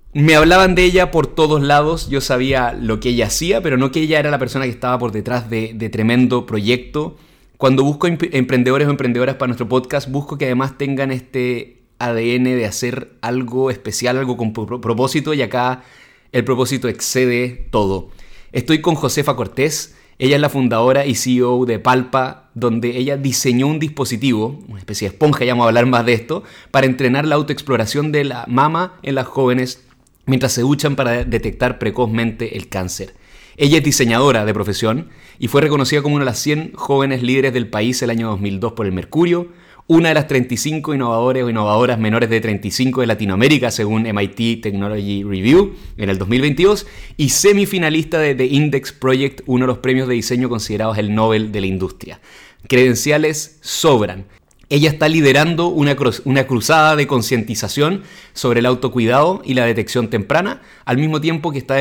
Me hablaban de ella por todos lados, yo sabía lo que ella hacía, pero no que ella era la persona que estaba por detrás de tremendo proyecto. Cuando busco emprendedores o emprendedoras para nuestro podcast, busco que además tengan este ADN de hacer algo especial, algo con propósito, y acá el propósito excede todo. Estoy con Josefa Cortés, ella es la fundadora y CEO de Palpa, donde ella diseñó un dispositivo, una especie de esponja, ya vamos a hablar más de esto, para entrenar la autoexploración de la mama en las jóvenes mientras se duchan para detectar precozmente el cáncer. Ella es diseñadora de profesión y fue reconocida como una de las 100 jóvenes líderes del país el año 2002 por el Mercurio, una de las 35 innovadores o innovadoras menores de 35 de Latinoamérica según MIT Technology Review en el 2022 y semifinalista de The Index Project, uno de los premios de diseño considerados el Nobel de la industria. Credenciales sobran. Ella está liderando una cruzada de concientización sobre el autocuidado y la detección temprana, al mismo tiempo que está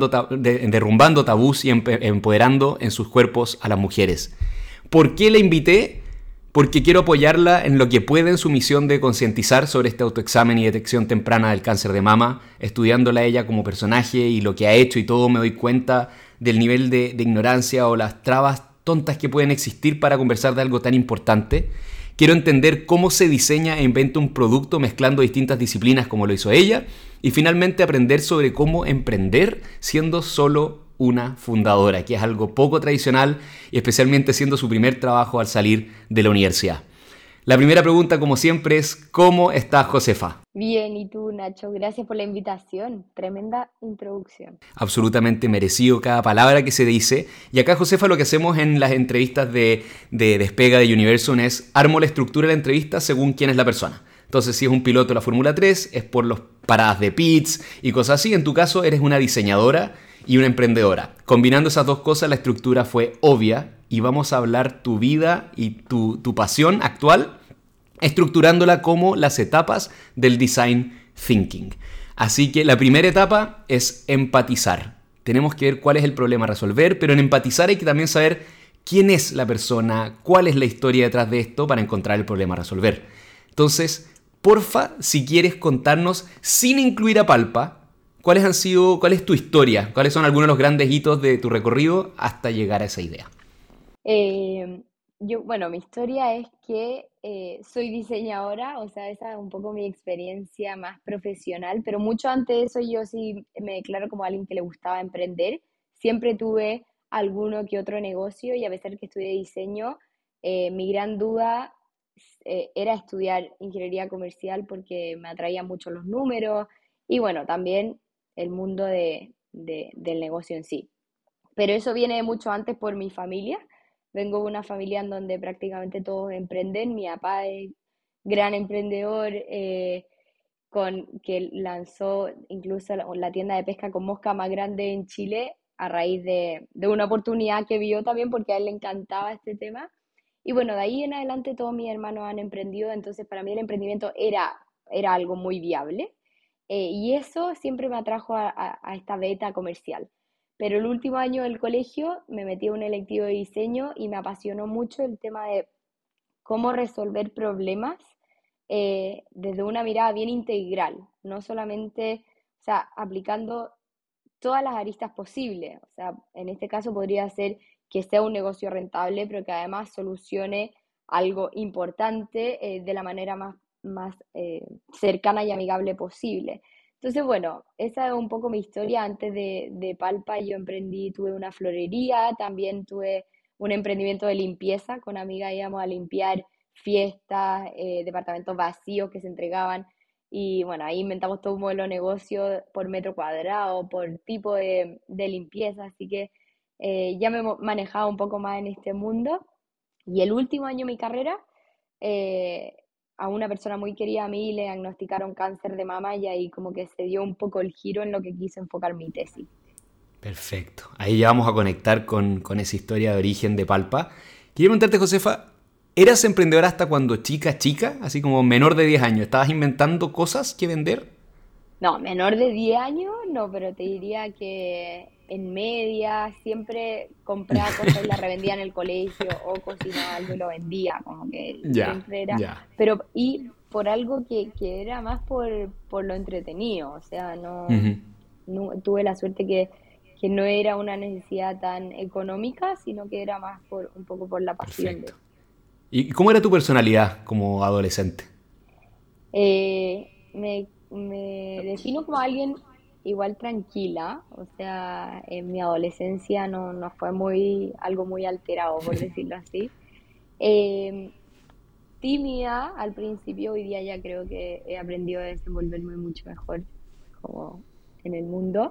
derrumbando tabús y empoderando en sus cuerpos a las mujeres. ¿Por qué la invité? Porque quiero apoyarla en lo que puede en su misión de concientizar sobre este autoexamen y detección temprana del cáncer de mama. Estudiándola a ella como personaje y lo que ha hecho y todo, me doy cuenta del nivel de ignorancia o las trabas tontas que pueden existir para conversar de algo tan importante. Quiero entender cómo se diseña e inventa un producto mezclando distintas disciplinas como lo hizo ella. Y finalmente aprender sobre cómo emprender siendo solo una fundadora, que es algo poco tradicional y especialmente siendo su primer trabajo al salir de la universidad. La primera pregunta, como siempre, es ¿cómo estás, Josefa? Bien, ¿y tú, Nacho? Gracias por la invitación. Tremenda introducción. Absolutamente merecido cada palabra que se dice. Y acá, Josefa, lo que hacemos en las entrevistas de Despega de Universum es armo la estructura de la entrevista según quién es la persona. Entonces, si es un piloto de la Fórmula 3, es por las paradas de pits y cosas así. En tu caso, eres una diseñadora y una emprendedora. Combinando esas dos cosas, la estructura fue obvia y vamos a hablar tu vida y tu pasión actual, estructurándola como las etapas del design thinking. Así que la primera etapa es empatizar. Tenemos que ver cuál es el problema a resolver, pero en empatizar hay que también saber quién es la persona, cuál es la historia detrás de esto para encontrar el problema a resolver. Entonces, porfa, si quieres contarnos, sin incluir a Palpa, cuál es tu historia, cuáles son algunos de los grandes hitos de tu recorrido hasta llegar a esa idea. Eh, bueno, mi historia es que soy diseñadora, o sea, esa es un poco mi experiencia más profesional, pero mucho antes de eso yo sí me declaro como alguien que le gustaba emprender. Siempre tuve alguno que otro negocio y a pesar que estudié diseño, mi gran duda era estudiar ingeniería comercial porque me atraían mucho los números y bueno, también el mundo del negocio en sí. Pero eso viene mucho antes por mi familia. Vengo de una familia en donde prácticamente todos emprenden. Mi papá es gran emprendedor, que lanzó incluso la tienda de pesca con mosca más grande en Chile a raíz de una oportunidad que vio también porque a él le encantaba este tema. Y bueno, de ahí en adelante todos mis hermanos han emprendido, entonces para mí el emprendimiento era algo muy viable. Y eso siempre me atrajo a esta beta comercial. Pero el último año del colegio me metí a un electivo de diseño y me apasionó mucho el tema de cómo resolver problemas desde una mirada bien integral, no solamente, o sea, aplicando todas las aristas posibles. O sea, en este caso podría ser que sea un negocio rentable, pero que además solucione algo importante de la manera más cercana y amigable posible. Entonces, bueno, esa es un poco mi historia. Antes de Palpa yo emprendí, tuve una florería, también tuve un emprendimiento de limpieza, con amigas íbamos a limpiar fiestas, departamentos vacíos que se entregaban y bueno, ahí inventamos todo un modelo de negocio por metro cuadrado, por tipo de limpieza, así que ya me manejaba un poco más en este mundo. Y el último año de mi carrera, eh, a una persona muy querida a mí le diagnosticaron cáncer de mama y ahí como que se dio un poco el giro en lo que quise enfocar mi tesis. Perfecto. Ahí ya vamos a conectar con esa historia de origen de Palpa. Quería preguntarte, Josefa, ¿eras emprendedora hasta cuando chica, chica? Así como menor de 10 años. ¿Estabas inventando cosas que vender? No, menor de 10 años, no, pero te diría que en media siempre compraba cosas y las revendía en el colegio o cocinaba algo y lo vendía, como que Ya, siempre era. ya. Pero, y por algo que era más por lo entretenido, o sea, Ujú. tuve la suerte que no era una necesidad tan económica, sino que era más por un poco por la pasión de Perfecto. ¿Y cómo era tu personalidad como adolescente? Me defino como alguien igual tranquila, o sea, en mi adolescencia no fue algo muy alterado, por decirlo así. Eh, Tímida al principio, hoy día ya creo que he aprendido a desenvolverme mucho mejor como en el mundo.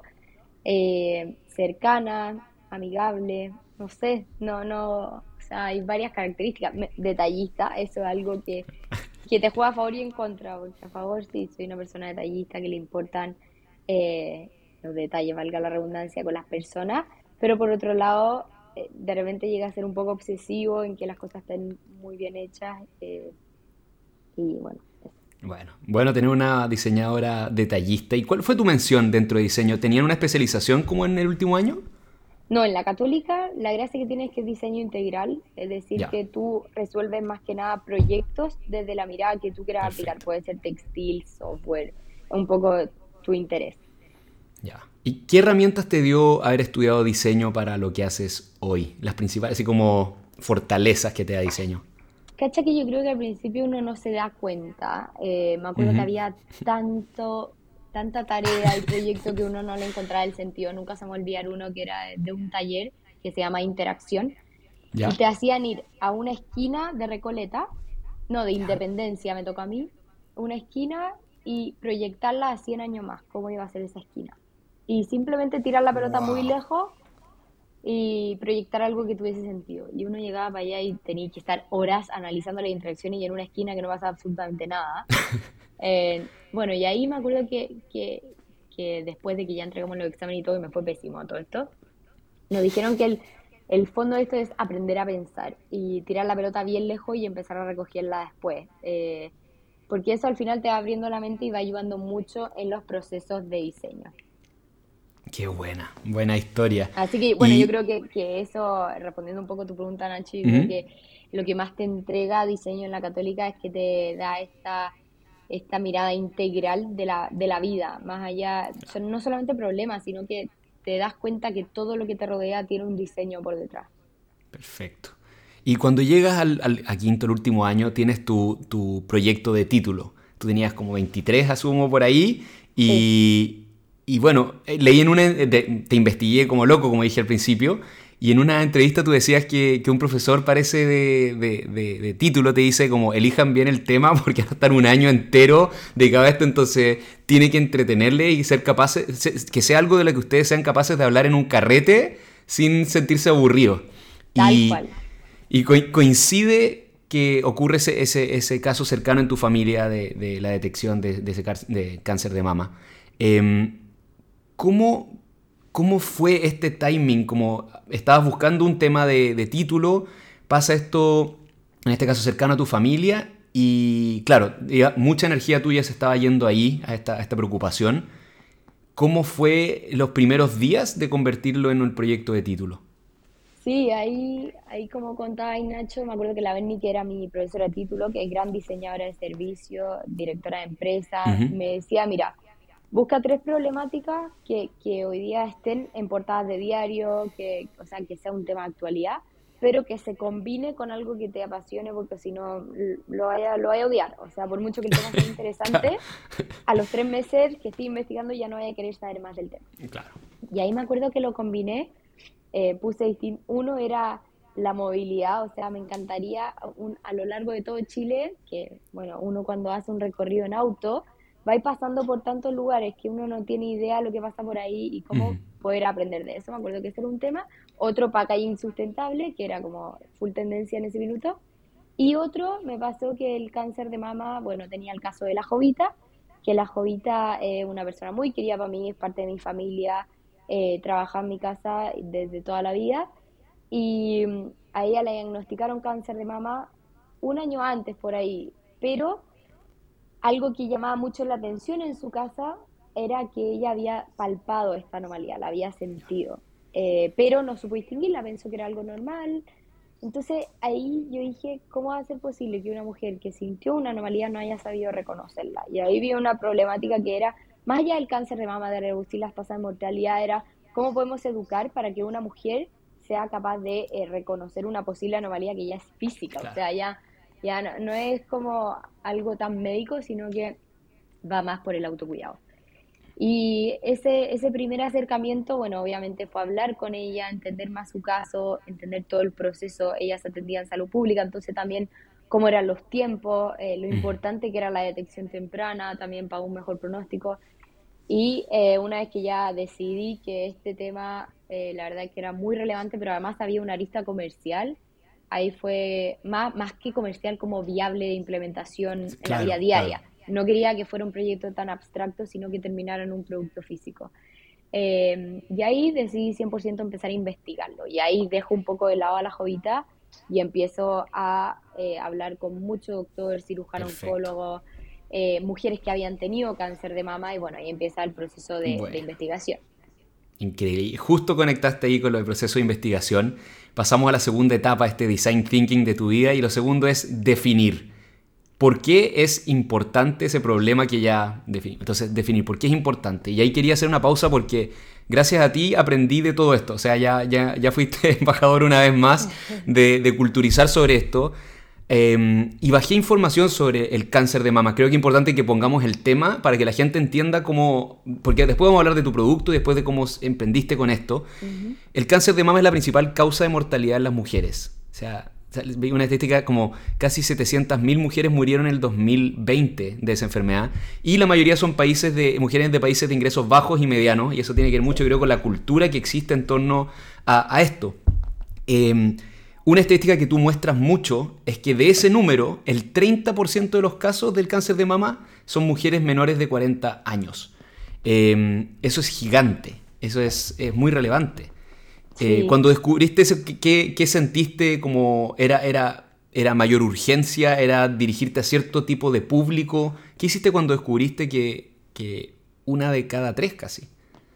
Cercana, amigable, no sé, o sea, hay varias características. Detallista, eso es algo que te juega a favor y en contra, porque a favor sí, soy una persona detallista que le importan eh, los detalles, valga la redundancia, con las personas, pero por otro lado, de repente llega a ser un poco obsesivo en que las cosas estén muy bien hechas y bueno, eso. Bueno, tener una diseñadora detallista. ¿Y cuál fue tu mención dentro de diseño? ¿Tenían una especialización como en el último año? No, en la católica la gracia que tiene es que es diseño integral, es decir, Ya, que tú resuelves más que nada proyectos desde la mirada que tú quieras aplicar. perfecto. Puede ser textil, software, un poco tu interés. Ya. ¿Y qué herramientas te dio haber estudiado diseño para lo que haces hoy? Las principales, así como fortalezas que te da diseño. Cacha que yo creo que al principio uno no se da cuenta. Me acuerdo que Ujú. había tanta tarea y proyecto que uno no le encontraba el sentido. Nunca se me va a olvidar uno que era de un taller que se llama Interacción y ¿Ya? te hacían ir a una esquina de Recoleta, no, de ¿Ya? Independencia me tocó a mí, una esquina y proyectarla a 100 años más, cómo iba a ser esa esquina. Y simplemente tirar la pelota muy Wow. lejos y proyectar algo que tuviese sentido. Y uno llegaba para allá y tenía que estar horas analizando las interacciones y en una esquina que no pasa absolutamente nada. Bueno, y ahí me acuerdo que después de que ya entregamos los exámenes y todo, y me fue pésimo a todo esto, nos dijeron que el fondo de esto es aprender a pensar y tirar la pelota bien lejos y empezar a recogerla después. Porque eso al final te va abriendo la mente y va ayudando mucho en los procesos de diseño. Qué buena, buena historia. Así que, bueno, yo Y... creo que eso, respondiendo un poco a tu pregunta, Nacho, yo creo Ujú. que lo que más te entrega diseño en la católica es que te da esta mirada integral de la vida, más allá, son no solamente problemas, sino que te das cuenta que todo lo que te rodea tiene un diseño por detrás. Perfecto. Y cuando llegas a quinto, el último año, tienes tu proyecto de título. Tú tenías como 23, asumo, por ahí. Sí, Y bueno, leí en una... te investigué como loco, como dije al principio. Y en una entrevista tú decías que un profesor parece de título te dice como elijan bien el tema porque van a estar un año entero dedicado a esto. Entonces tiene que entretenerle y ser capaces... que sea algo de lo que ustedes sean capaces de hablar en un carrete sin sentirse aburridos. tal Y, cual. y coincide que ocurre ese caso cercano en tu familia de la detección de ese de cáncer de mama. Em, ¿cómo, ¿Cómo fue este timing? Como estabas buscando un tema de título, pasa esto, en este caso cercano a tu familia, y claro, mucha energía tuya se estaba yendo ahí, a esta preocupación. ¿Cómo fue los primeros días de convertirlo en un proyecto de título? Sí, ahí como contaba Nacho, me acuerdo que la Berni, que era mi profesora de título, que es gran diseñadora de servicio, directora de empresa, Ujú. me decía, mira, busca tres problemáticas que hoy día estén en portadas de diario, o sea, que sea un tema de actualidad, pero que se combine con algo que te apasione, porque si no lo vaya a odiar. O sea, por mucho que el tema sea interesante, a los 3 meses que estoy investigando ya no voy a querer saber más del tema. Claro. Y ahí me acuerdo que lo combiné, puse distinto. Uno era la movilidad, o sea, me encantaría a lo largo de todo Chile, que bueno, uno cuando hace un recorrido en auto, va a ir pasando por tantos lugares que uno no tiene idea de lo que pasa por ahí y Ujú. cómo poder aprender de eso. Me acuerdo que ese era un tema. Otro, packaging sustentable, que era como full tendencia en ese minuto. Y otro, me pasó que el cáncer de mama, bueno, tenía el caso de la Jovita, que la Jovita es una persona muy querida para mí, es parte de mi familia, trabaja en mi casa desde toda la vida y a ella le diagnosticaron cáncer de mama un año antes por ahí, pero algo que llamaba mucho la atención en su casa era que ella había palpado esta anomalía, la había sentido, pero no supo distinguirla, pensó que era algo normal, Entonces ahí yo dije, ¿cómo va a ser posible que una mujer que sintió una anomalía no haya sabido reconocerla? Y ahí vi una problemática que era, más allá del cáncer de mama, de reducir las tasas de mortalidad, era cómo podemos educar para que una mujer sea capaz de reconocer una posible anomalía que ya es física, o Claro. sea, ya no es como algo tan médico, sino que va más por el autocuidado. Y ese primer acercamiento, bueno, obviamente fue hablar con ella, entender más su caso, entender todo el proceso. Ella se atendía en salud pública, entonces también cómo eran los tiempos, lo Mm. importante que era la detección temprana, también para un mejor pronóstico. Y una vez que ya decidí que este tema, la verdad que era muy relevante, pero además había una arista comercial, ahí fue más que comercial como viable de implementación en la vida Claro, claro. diaria. No quería que fuera un proyecto tan abstracto, sino que terminara en un producto físico. Y ahí decidí 100% empezar a investigarlo. Y ahí dejo un poco de lado a la jovita y empiezo a hablar con mucho doctor, cirujano Perfecto. oncólogo, mujeres que habían tenido cáncer de mama y bueno, ahí empieza el proceso de Bueno. investigación. Increíble. Y justo conectaste ahí con lo del proceso de investigación. Pasamos a la segunda etapa, este design thinking de tu vida, y lo segundo es definir. ¿Por qué es importante ese problema que ya definimos? Entonces, definir por qué es importante. Y ahí quería hacer una pausa porque gracias a ti aprendí de todo esto. O sea, ya fuiste embajador una vez más de culturizar sobre esto. Y bajé información sobre el cáncer de mama. Creo que es importante que pongamos el tema para que la gente entienda cómo... Porque después vamos a hablar de tu producto y después de cómo emprendiste con esto. Ujú. El cáncer de mama es la principal causa de mortalidad en las mujeres. O sea, vi una estadística como casi 700.000 mujeres murieron en el 2020 de esa enfermedad. Y la mayoría son mujeres de países de ingresos bajos y medianos. Y eso tiene que ver mucho, Sí. creo, con la cultura que existe en torno a esto. Eh, una estadística que tú muestras mucho es que de ese número, el 30% de los casos del cáncer de mama son mujeres menores de 40 años. Eso es gigante, eso es muy relevante. Sí. Cuando descubriste eso, ¿qué sentiste? Como era mayor urgencia? ¿Era dirigirte a cierto tipo de público? ¿Qué hiciste cuando descubriste que una de cada tres casi?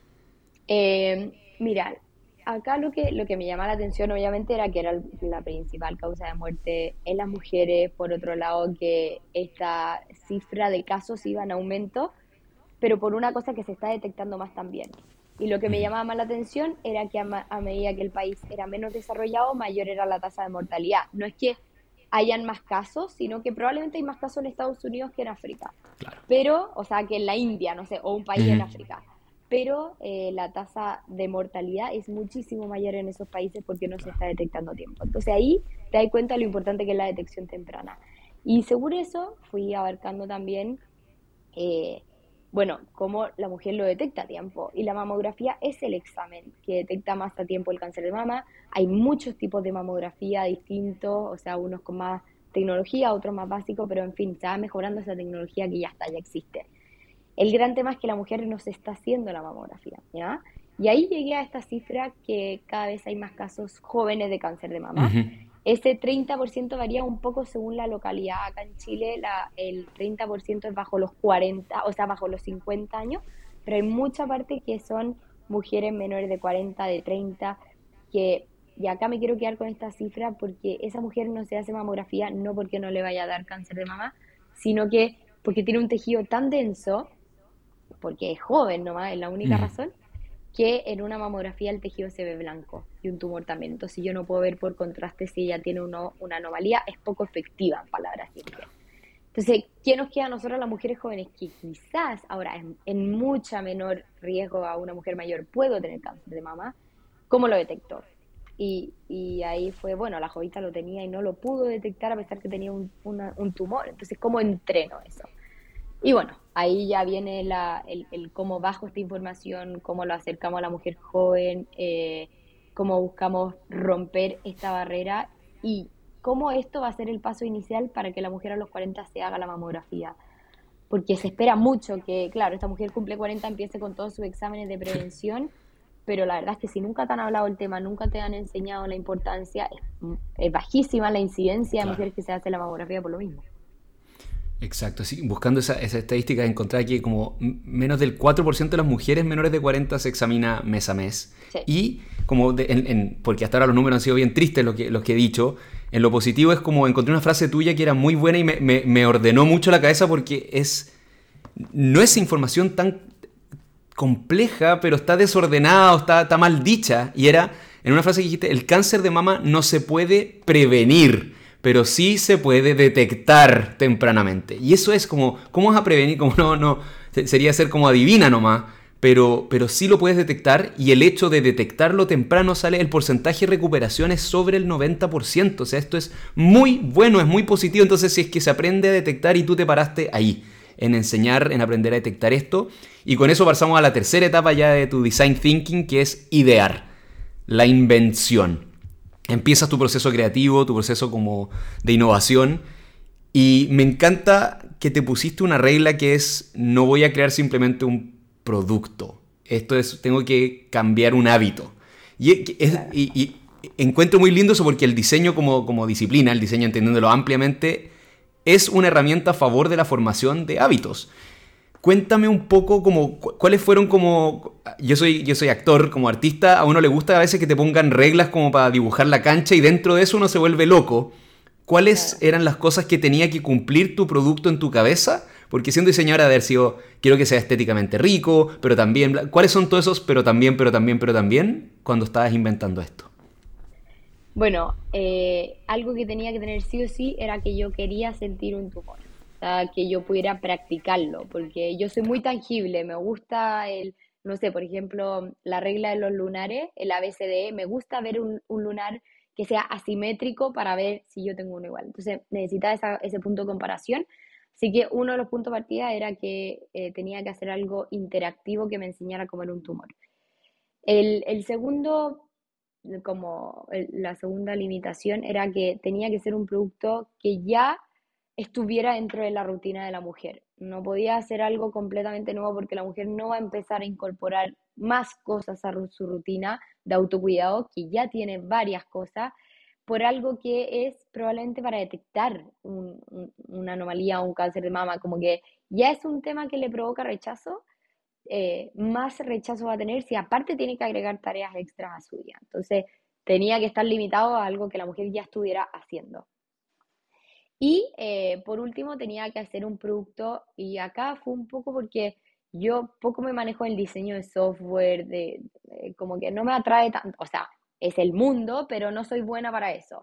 Mira, acá lo que me llama la atención obviamente era que era la principal causa de muerte en las mujeres, por otro lado que esta cifra de casos iba en aumento, pero por una cosa que se está detectando más también. Y lo que me llamaba más la atención era que a medida que el país era menos desarrollado, mayor era la tasa de mortalidad. No es que hayan más casos, sino que probablemente hay más casos en Estados Unidos que en África. Claro. Pero, o sea, que en la India, no sé, o un país en Ujú. África. Pero la tasa de mortalidad es muchísimo mayor en esos países porque no se Claro. está detectando a tiempo. Entonces ahí te das cuenta de lo importante que es la detección temprana. Y según eso, fui abarcando también eh, bueno, cómo la mujer lo detecta a tiempo. Y la mamografía es el examen que detecta más a tiempo el cáncer de mama. Hay muchos tipos de mamografía distintos, o sea, unos con más tecnología, otros más básicos, pero en fin, se va mejorando esa tecnología que ya está, ya existe. El gran tema es que la mujer no se está haciendo la mamografía, ¿ya? Y ahí llegué a esta cifra que cada vez hay más casos jóvenes de cáncer de mama. Ujú. Ese 30% varía un poco según la localidad. Acá en Chile el 30% es bajo los 40, o sea, bajo los 50 años, pero hay mucha parte que son mujeres menores de 40, de 30, que, y acá me quiero quedar con esta cifra porque esa mujer no se hace mamografía no porque no le vaya a dar cáncer de mama, sino que porque tiene un tejido tan denso porque es joven nomás, es la única Ujú. razón, que en una mamografía el tejido se ve blanco y un tumor también. Entonces yo no puedo ver por contraste si ella tiene una anomalía, es poco efectiva, en palabras simples. Entonces, ¿qué nos queda a nosotros las mujeres jóvenes? Que quizás ahora en mucha menor riesgo a una mujer mayor puedo tener cáncer de mama. ¿Cómo lo detectó? Y ahí fue, bueno, la jovita lo tenía y no lo pudo detectar a pesar que tenía un tumor. Entonces, ¿cómo entreno eso? Y bueno, ahí ya viene el cómo bajo esta información, cómo lo acercamos a la mujer joven, cómo buscamos romper esta barrera y cómo esto va a ser el paso inicial para que la mujer a los 40 se haga la mamografía. Porque se espera mucho que, claro, esta mujer cumple 40, empiece con todos sus exámenes de prevención, pero la verdad es que si nunca te han hablado el tema, nunca te han enseñado la importancia, es bajísima la incidencia de Claro. mujeres que se hacen la mamografía por lo mismo. Exacto, sí, buscando esa estadística encontré que como menos del 4% de las mujeres menores de 40 se examina mes a mes. Sí, Y como, porque hasta ahora los números han sido bien tristes los que he dicho, en lo positivo es como encontré una frase tuya que era muy buena y me ordenó mucho la cabeza porque no es información tan compleja, pero está desordenada o está mal dicha. Y era, en una frase que dijiste, el cáncer de mama no se puede prevenir, pero sí se puede detectar tempranamente. Y eso es como, ¿cómo vas a prevenir? Como no, sería ser como adivina nomás. Pero sí lo puedes detectar y el hecho de detectarlo temprano sale, el porcentaje de recuperación es sobre el 90%. O sea, esto es muy bueno, es muy positivo. Entonces, si es que se aprende a detectar y tú te paraste ahí, en enseñar, en aprender a detectar esto. Y con eso pasamos a la tercera etapa ya de tu design thinking, que es idear, la invención. Empiezas tu proceso creativo, tu proceso como de innovación. Y me encanta que te pusiste una regla que es, no voy a crear simplemente un producto. Esto es, tengo que cambiar un hábito. claro. Y encuentro muy lindo eso porque el diseño como disciplina, el diseño entendiéndolo ampliamente, es una herramienta a favor de la formación de hábitos. Cuéntame un poco como cuáles fueron como yo soy actor, como artista, a uno le gusta a veces que te pongan reglas como para dibujar la cancha y dentro de eso uno se vuelve loco. ¿Cuáles Claro. eran las cosas que tenía que cumplir tu producto en tu cabeza? Porque siendo diseñadora de haber sido, quiero que sea estéticamente rico, pero también, ¿cuáles son todos esos pero también cuando estabas inventando esto? Bueno, algo que tenía que tener sí o sí era que yo quería sentir un tumor, o sea, que yo pudiera practicarlo, porque yo soy muy tangible, me gusta no sé, por ejemplo, la regla de los lunares, el ABCDE, me gusta ver un lunar que sea asimétrico para ver si yo tengo uno igual. Entonces, necesitaba ese punto de comparación. Así que uno de los puntos de partida era que tenía que hacer algo interactivo que me enseñara cómo era un tumor. El segundo la segunda limitación era que tenía que ser un producto que ya estuviera dentro de la rutina de la mujer. No podía hacer algo completamente nuevo porque la mujer no va a empezar a incorporar más cosas a su rutina de autocuidado, que ya tiene varias cosas, por algo que es probablemente para detectar una anomalía o un cáncer de mama, como que ya es un tema que le provoca rechazo, más rechazo va a tener si aparte tiene que agregar tareas extras a su día. Entonces, tenía que estar limitado a algo que la mujer ya estuviera haciendo. Y por último, tenía que hacer un producto, y acá fue un poco porque yo poco me manejo en el diseño de software, como que no me atrae tanto, o sea, es el mundo, pero no soy buena para eso.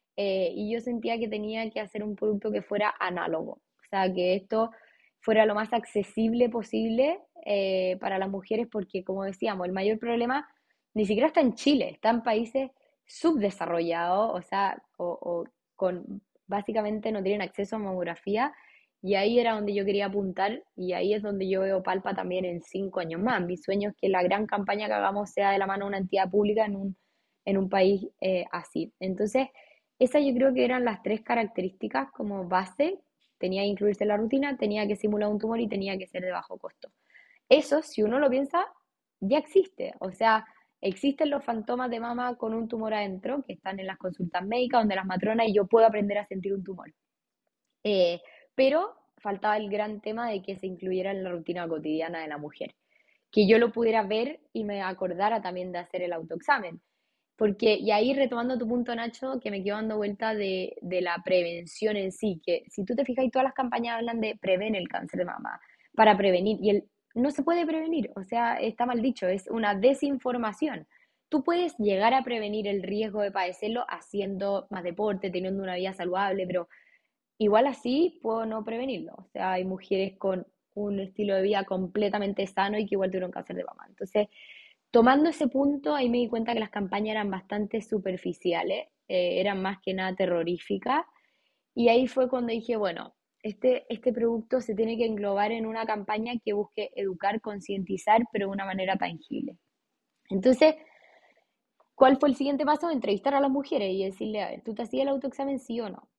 Y yo sentía que tenía que hacer un producto que fuera análogo, o sea, que esto fuera lo más accesible posible para las mujeres, porque como decíamos, el mayor problema ni siquiera está en Chile, está en países subdesarrollados, o sea, o con básicamente no tienen acceso a mamografía, y ahí era donde yo quería apuntar, y ahí es donde yo veo Palpa también en 5 años más. Mi sueño es que la gran campaña que hagamos sea de la mano de una entidad pública en un país así. Entonces, esas yo creo que eran las tres características como base. Tenía que incluirse en la rutina, tenía que simular un tumor y tenía que ser de bajo costo. Eso, si uno lo piensa, ya existe. O sea, existen los fantomas de mama con un tumor adentro que están en las consultas médicas donde las matronas, y yo puedo aprender a sentir un tumor. Eh, pero faltaba el gran tema de que se incluyera en la rutina cotidiana de la mujer, que yo lo pudiera ver y me acordara también de hacer el autoexamen. Porque, y ahí retomando tu punto, Nacho, que me quedo dando vuelta de la prevención en sí, que si tú te fijas, todas las campañas hablan de prevenir el cáncer de mama, para prevenir, y no se puede prevenir, o sea, está mal dicho, es una desinformación. Tú puedes llegar a prevenir el riesgo de padecerlo haciendo más deporte, teniendo una vida saludable, pero igual así puedo no prevenirlo. O sea, hay mujeres con un estilo de vida completamente sano y que igual tuvieron cáncer de mama. Entonces, tomando ese punto, ahí me di cuenta que las campañas eran bastante superficiales, eran más que nada terroríficas. Y ahí fue cuando dije, bueno, este producto se tiene que englobar en una campaña que busque educar, concientizar, pero de una manera tangible. Entonces, ¿cuál fue el siguiente paso? Entrevistar a las mujeres y decirle, a ver, ¿tú te hacías el autoexamen sí o no?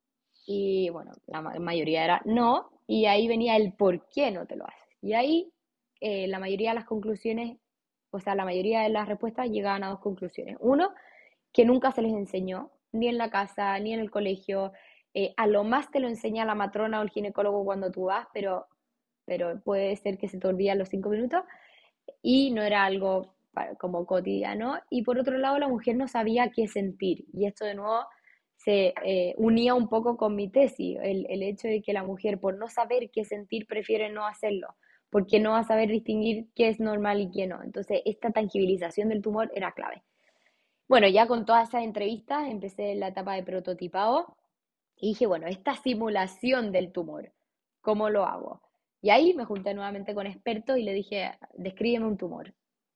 Y bueno, la mayoría era no, y ahí venía el por qué no te lo haces. Y ahí la mayoría de las conclusiones, o sea, la mayoría de las respuestas llegaban a dos conclusiones. Uno, que nunca se les enseñó, ni en la casa, ni en el colegio. A lo más te lo enseña la matrona o el ginecólogo cuando tú vas, pero puede ser que se te olvide a los 5 minutos y no era algo como cotidiano. Y por otro lado, la mujer no sabía qué sentir. Y esto de nuevo se unía un poco con mi tesis, el hecho de que la mujer, por no saber qué sentir, prefiere no hacerlo, porque no va a saber distinguir qué es normal y qué no. Entonces, esta tangibilización del tumor era clave. Bueno, ya con todas esas entrevistas empecé la etapa de prototipado y dije, bueno, esta simulación del tumor, ¿cómo lo hago? Y ahí me junté nuevamente con expertos y le dije, descríbeme un tumor.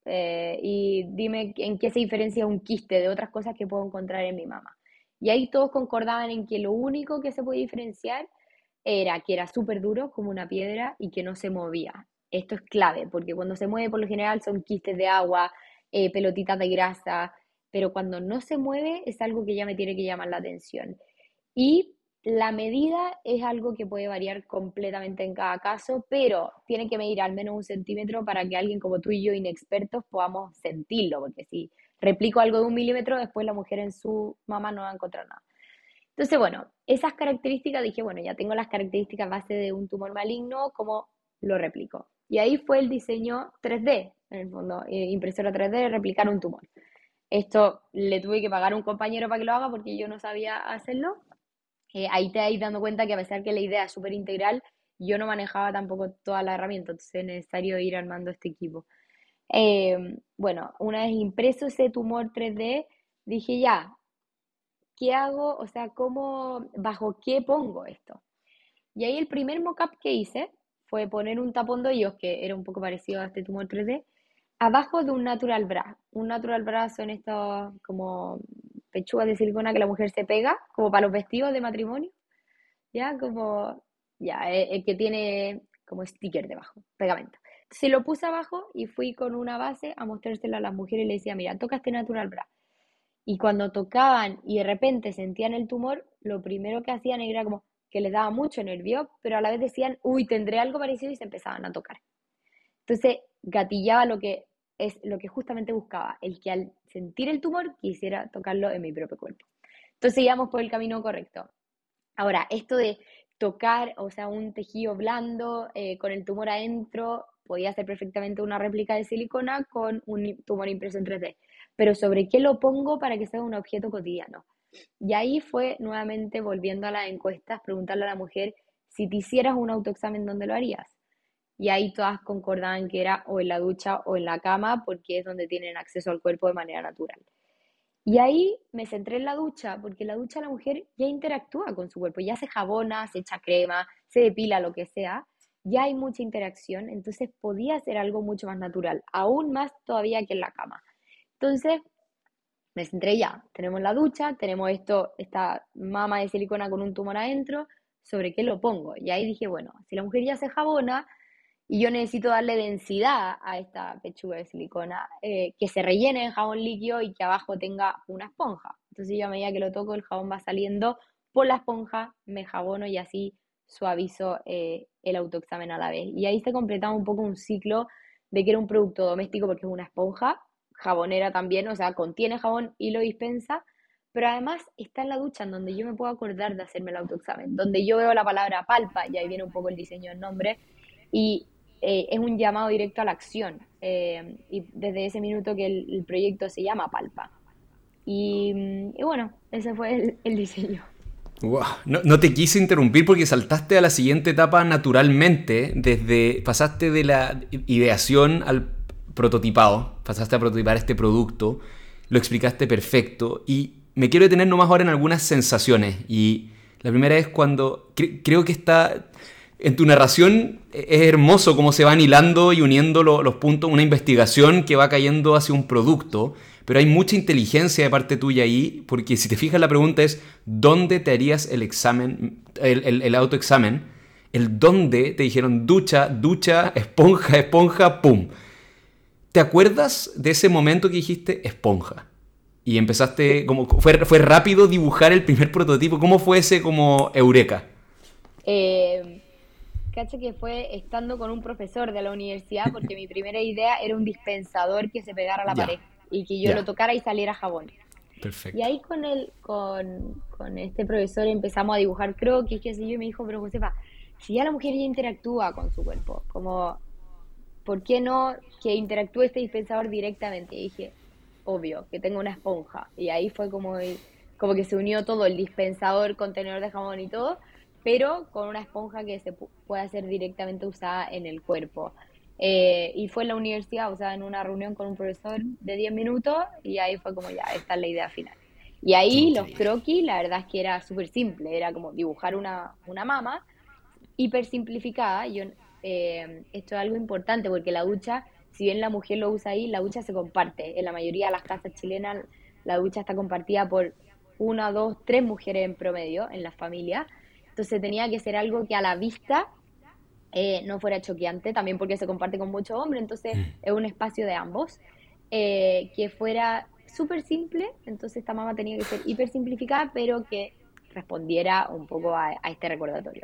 Y dime en qué se diferencia un quiste de otras cosas que puedo encontrar en mi mama. Y ahí todos concordaban en que lo único que se podía diferenciar era que era súper duro como una piedra y que no se movía. Esto es clave, porque cuando se mueve por lo general son quistes de agua, pelotitas de grasa, pero cuando no se mueve es algo que ya me tiene que llamar la atención. Y la medida es algo que puede variar completamente en cada caso, pero tiene que medir al menos 1 centímetro para que alguien como tú y yo, inexpertos, podamos sentirlo, porque si replico algo de 1 milímetro, después la mujer en su mamá no va a encontrar nada. Entonces, bueno, esas características, dije, bueno, ya tengo las características base de un tumor maligno, ¿cómo lo replico? Y ahí fue el diseño 3D, en el fondo, impresora 3D, replicar un tumor. Esto le tuve que pagar a un compañero para que lo haga porque yo no sabía hacerlo. Ahí te vais dando cuenta que a pesar que la idea es súper integral, yo no manejaba tampoco toda la herramienta, entonces es necesario ir armando este equipo. Bueno, una vez impreso ese tumor 3D, dije ya, ¿qué hago? O sea, ¿cómo, bajo qué pongo esto? Y ahí el primer mockup que hice fue poner un tapón de hoyos, que era un poco parecido a este tumor 3D, abajo de un natural bra. Un natural bra son estos como pechugas de silicona que la mujer se pega, como para los vestidos de matrimonio, ya como, ya, el que tiene como sticker debajo, pegamento. Se lo puse abajo y fui con una base a mostrársela a las mujeres y le decía, mira, toca este natural bra. Y cuando tocaban y de repente sentían el tumor, lo primero que hacían era como que les daba mucho nervio, pero a la vez decían, uy, tendré algo parecido y se empezaban a tocar. Entonces gatillaba lo que es lo que justamente buscaba, el que al sentir el tumor quisiera tocarlo en mi propio cuerpo. Entonces íbamos por el camino correcto. Ahora, esto de tocar, o sea, un tejido blando con el tumor adentro, podía ser perfectamente una réplica de silicona con un tumor impreso en 3D. Pero ¿sobre qué lo pongo para que sea un objeto cotidiano? Y ahí fue nuevamente volviendo a las encuestas, preguntarle a la mujer si te hicieras un autoexamen, ¿dónde lo harías? Y ahí todas concordaban que era o en la ducha o en la cama, porque es donde tienen acceso al cuerpo de manera natural. Y ahí me centré en la ducha, porque en la ducha la mujer ya interactúa con su cuerpo, ya se jabona, se echa crema, se depila, lo que sea, ya hay mucha interacción, entonces podía ser algo mucho más natural, aún más todavía que en la cama. Entonces me centré ya, tenemos la ducha, tenemos esto, esta mama de silicona con un tumor adentro, ¿sobre qué lo pongo? Y ahí dije, bueno, si la mujer ya se jabona, y yo necesito darle densidad a esta pechuga de silicona, que se rellene en jabón líquido y que abajo tenga una esponja. Entonces yo a medida que lo toco, el jabón va saliendo por la esponja, me jabono y así suavizo el autoexamen a la vez. Y ahí se completaba un poco un ciclo de que era un producto doméstico porque es una esponja, jabonera también, o sea, contiene jabón y lo dispensa, pero además está en la ducha en donde yo me puedo acordar de hacerme el autoexamen, donde yo veo la palabra palpa, y ahí viene un poco el diseño del nombre, y es un llamado directo a la acción. Y desde ese minuto que el proyecto se llama Palpa. Y bueno, ese fue el diseño. Wow. No, no te quise interrumpir porque saltaste a la siguiente etapa naturalmente, desde pasaste de la ideación al prototipado, pasaste a prototipar este producto, lo explicaste perfecto y me quiero detener nomás ahora en algunas sensaciones y la primera es cuando creo que está en tu narración es hermoso cómo se van hilando y uniendo los puntos, una investigación que va cayendo hacia un producto, pero hay mucha inteligencia de parte tuya ahí, porque si te fijas la pregunta es ¿dónde te harías el examen, el autoexamen? El dónde te dijeron ducha, ducha, esponja, esponja, pum. ¿Te acuerdas de ese momento que dijiste esponja? Y empezaste, como fue rápido dibujar el primer prototipo. ¿Cómo fue ese como eureka? Eh, Cacha que fue estando con un profesor de la universidad porque mi primera idea era un dispensador que se pegara a la Ya, pared y que yo lo ya, tocara y saliera jabón. Y Perfecto. ahí con este profesor empezamos a dibujar croquis, qué sé yo, y me dijo, pero Josefa, si ya la mujer ya interactúa con su cuerpo, como, ¿por qué no que interactúe este dispensador directamente? Y dije, obvio, que tenga una esponja. Y ahí fue como que se unió todo, el dispensador, contenedor de jamón y todo, pero con una esponja que pueda ser directamente usada en el cuerpo. Y fue en la universidad, o sea, en una reunión con un profesor de 10 minutos, y ahí fue como ya, esta es la idea final. Y Qué ahí los increíble. croquis, la verdad es que era súper simple, era como dibujar una mama hiper simplificada. Esto es algo importante porque la ducha, si bien la mujer lo usa ahí, la ducha se comparte. En la mayoría de las casas chilenas, la ducha está compartida por una, dos, tres mujeres en promedio en la familia. Entonces tenía que ser algo que a la vista no fuera choqueante, también porque se comparte con muchos hombres, entonces es un espacio de ambos, que fuera súper simple, entonces esta mamá tenía que ser hiper simplificada, pero que respondiera un poco a este recordatorio.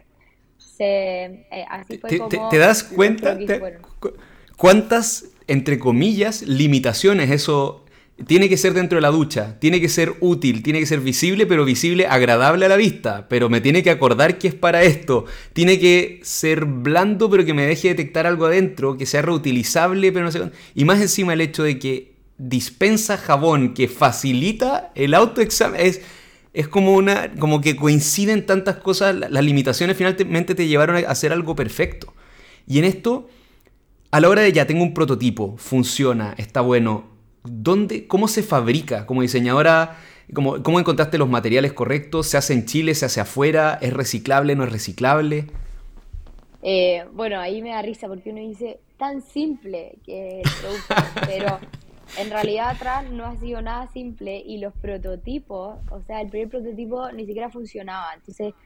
Así fue ¿Te como das los cuenta croquis fueron. cuántas, entre comillas, limitaciones eso tiene que ser dentro de la ducha? Tiene que ser útil, tiene que ser visible, pero visible, agradable a la vista. Pero me tiene que acordar que es para esto. Tiene que ser blando, pero que me deje detectar algo adentro, que sea reutilizable, pero no sé. Y más encima el hecho de que dispensa jabón, que facilita el autoexamen. Es como que coinciden tantas cosas, las limitaciones finalmente te llevaron a hacer algo perfecto. Y en esto, a la hora de ya tengo un prototipo, funciona, está bueno, cómo se fabrica como diseñadora? ¿Cómo encontraste los materiales correctos? ¿Se hace en Chile, se hace afuera? ¿Es reciclable, no es reciclable? Bueno, ahí me da risa porque uno dice tan simple que el producto, pero en realidad atrás no ha sido nada simple y los prototipos, o sea, el primer prototipo ni siquiera funcionaba. Entonces,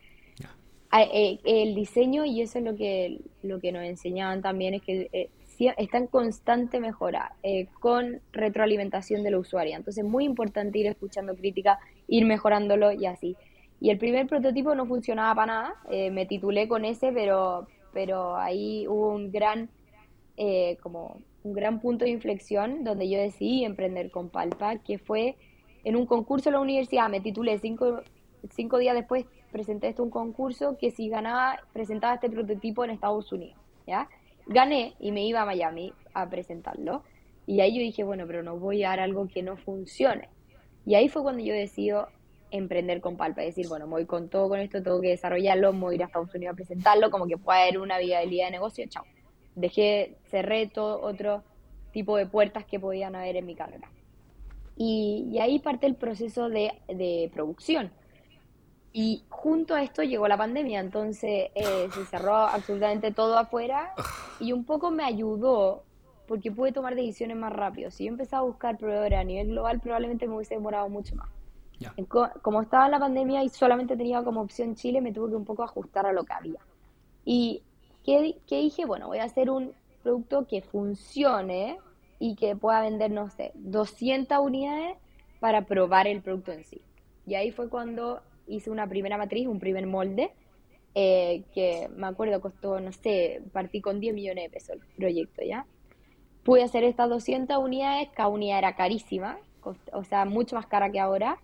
el diseño, y eso es lo que nos enseñaban también, es que está en constante mejora, con retroalimentación de la usuaria. Entonces, muy importante ir escuchando críticas, ir mejorándolo y así. Y el primer prototipo no funcionaba para nada, me titulé con ese, pero ahí hubo como un gran punto de inflexión donde yo decidí emprender con Palpa, que fue en un concurso en la universidad. Me titulé 5 días después, presenté esto a un concurso que si ganaba, presentaba este prototipo en Estados Unidos, ¿ya? Gané y me iba a Miami a presentarlo. Y ahí yo dije, bueno, pero no voy a dar algo que no funcione. Y ahí fue cuando yo decido emprender con Palpa, decir, bueno, me voy con todo con esto, tengo que desarrollarlo, me voy a ir a Estados Unidos a presentarlo, como que pueda haber una viabilidad de negocio, chao. Cerré todo otro tipo de puertas que podían haber en mi carrera. Y ahí parte el proceso de producción. Y junto a esto llegó la pandemia, entonces se cerró absolutamente todo afuera y un poco me ayudó porque pude tomar decisiones más rápido. Si yo empezaba a buscar proveedores a nivel global, probablemente me hubiese demorado mucho más. Ya. Como estaba en la pandemia y solamente tenía como opción Chile, me tuve que un poco ajustar a lo que había. ¿Y qué dije? Bueno, voy a hacer un producto que funcione y que pueda vender, no sé, 200 unidades para probar el producto en sí. Y ahí fue cuando hice una primera matriz, un primer molde, que me acuerdo costó, no sé, partí con 10 millones de pesos el proyecto, ¿ya? Pude hacer estas 200 unidades, cada unidad era carísima, o sea, mucho más cara que ahora,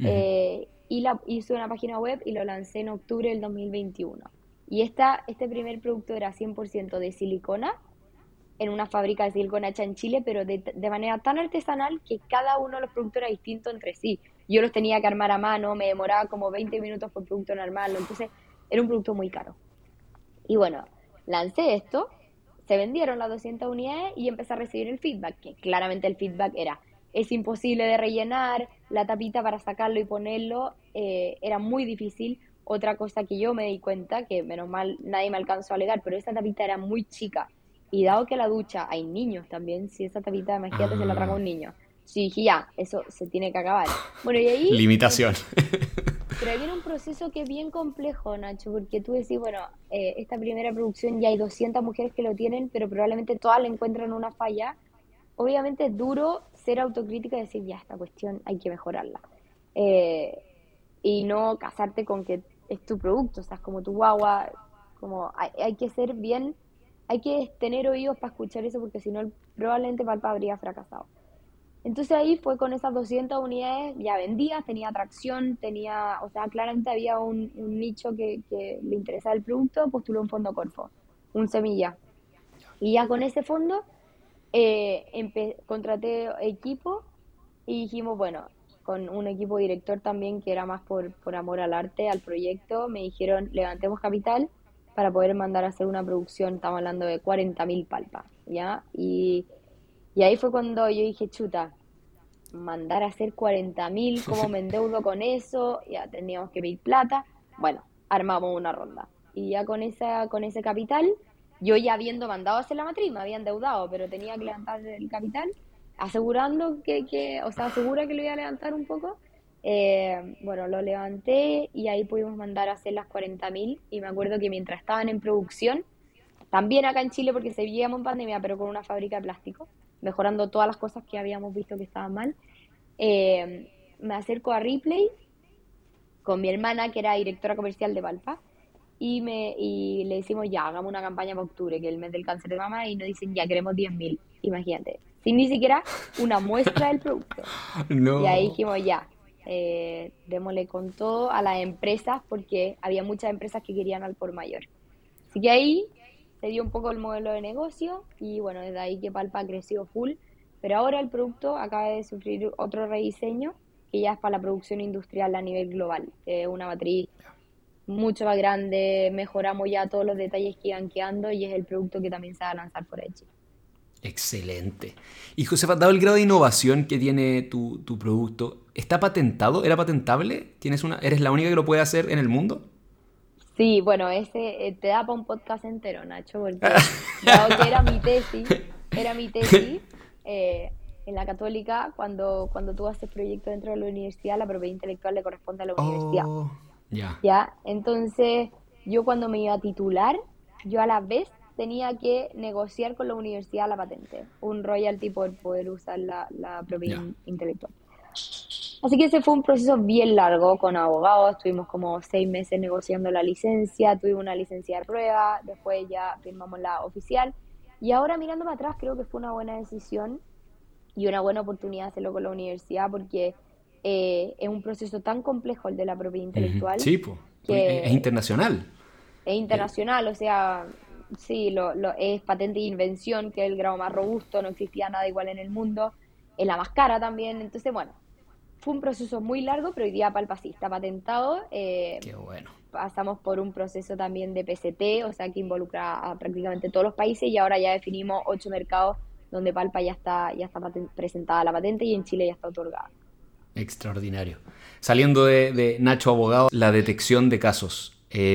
hice una página web y lo lancé en octubre del 2021. Y este primer producto era 100% de silicona, en una fábrica de silicona hecha en Chile, pero de manera tan artesanal que cada uno de los productos era distinto entre sí. Yo los tenía que armar a mano, me demoraba como 20 minutos por producto en armarlo, entonces era un producto muy caro. Y bueno, lancé esto, se vendieron las 200 unidades y empecé a recibir el feedback, que claramente el feedback era, es imposible de rellenar, la tapita para sacarlo y ponerlo era muy difícil. Otra cosa que yo me di cuenta, que menos mal nadie me alcanzó a alegar, pero esa tapita era muy chica. Y dado que la ducha hay niños también, si esa tapita, imagínate, se la traga Ah, un niño. Sí, dije, ya, eso se tiene que acabar. Bueno, y ahí limitación. pero ahí viene un proceso que es bien complejo, Nacho, porque tú decís, bueno, esta primera producción ya hay 200 mujeres que lo tienen, pero probablemente todas le encuentran una falla. Obviamente es duro ser autocrítica y decir, ya, esta cuestión hay que mejorarla. Eh, y no casarte con que es tu producto, o sea, es como tu guagua, como hay que ser bien, hay que tener oídos para escuchar eso, porque si no, probablemente Palpa habría fracasado. Entonces ahí fue con esas 200 unidades ya vendidas, tenía atracción, tenía, o sea, claramente había un nicho que le interesaba el producto, postuló un fondo Corfo, un semilla. Y ya con ese fondo contraté equipo y dijimos, bueno, con un equipo director también que era más por amor al arte, al proyecto, me dijeron, levantemos capital para poder mandar a hacer una producción, estamos hablando de 40.000 palpas, ¿ya? Y ahí fue cuando yo dije, chuta, mandar a hacer 40.000, ¿cómo me endeudo con eso? Ya teníamos que pedir plata. Bueno, armamos una ronda. Y ya con ese capital, yo ya habiendo mandado a hacer la matriz, me había endeudado, pero tenía que levantar el capital, asegurando o sea, asegura que lo iba a levantar un poco. Bueno, lo levanté y ahí pudimos mandar a hacer las 40.000. Y me acuerdo que mientras estaban en producción, también acá en Chile, porque seguíamos en pandemia, pero con una fábrica de plástico, mejorando todas las cosas que habíamos visto que estaban mal, me acerco a Ripley con mi hermana, que era directora comercial de Palpa, y le decimos, ya, hagamos una campaña para octubre, que es el mes del cáncer de mama, y nos dicen, ya, queremos 10.000, imagínate, sin ni siquiera una muestra del producto. Y ahí No. dijimos, ya, démosle con todo a las empresas, porque había muchas empresas que querían al por mayor. Así que ahí se dio un poco el modelo de negocio y bueno, desde ahí que Palpa ha crecido full, pero ahora el producto acaba de sufrir otro rediseño que ya es para la producción industrial a nivel global. Una matriz mucho más grande, mejoramos ya todos los detalles que iban quedando y es el producto que también se va a lanzar por Edge. Excelente. Y Josefa, dado el grado de innovación que tiene tu producto, ¿está patentado? ¿Era patentable? ¿Eres la única que lo puede hacer en el mundo? Sí, bueno, ese te da para un podcast entero, Nacho, porque dado que era mi tesis, eh, en la Católica, cuando tú haces proyecto dentro de la universidad, la propiedad intelectual le corresponde a la universidad, Oh, ya. ¿ya? Entonces, yo cuando me iba a titular, yo a la vez tenía que negociar con la universidad la patente, un royalty por poder usar la propiedad Ya. intelectual. Así que ese fue un proceso bien largo con abogados, estuvimos como 6 meses negociando la licencia, tuvimos una licencia de prueba, después ya firmamos la oficial y ahora mirando para atrás creo que fue una buena decisión y una buena oportunidad hacerlo con la universidad porque es un proceso tan complejo el de la propiedad Ujú. intelectual Sí, pues. Es que internacional. es Eh, internacional, o sea, sí, es patente de invención, que es el grado más robusto, no existía nada igual en el mundo, es la más cara también, entonces bueno, fue un proceso muy largo, pero hoy día Palpa sí está patentado. qué bueno. Pasamos por un proceso también de PCT, o sea, que involucra a prácticamente todos los países y ahora ya definimos 8 mercados donde Palpa ya está presentada la patente y en Chile ya está otorgada. Extraordinario. Saliendo de Nacho Abogado, la detección de casos.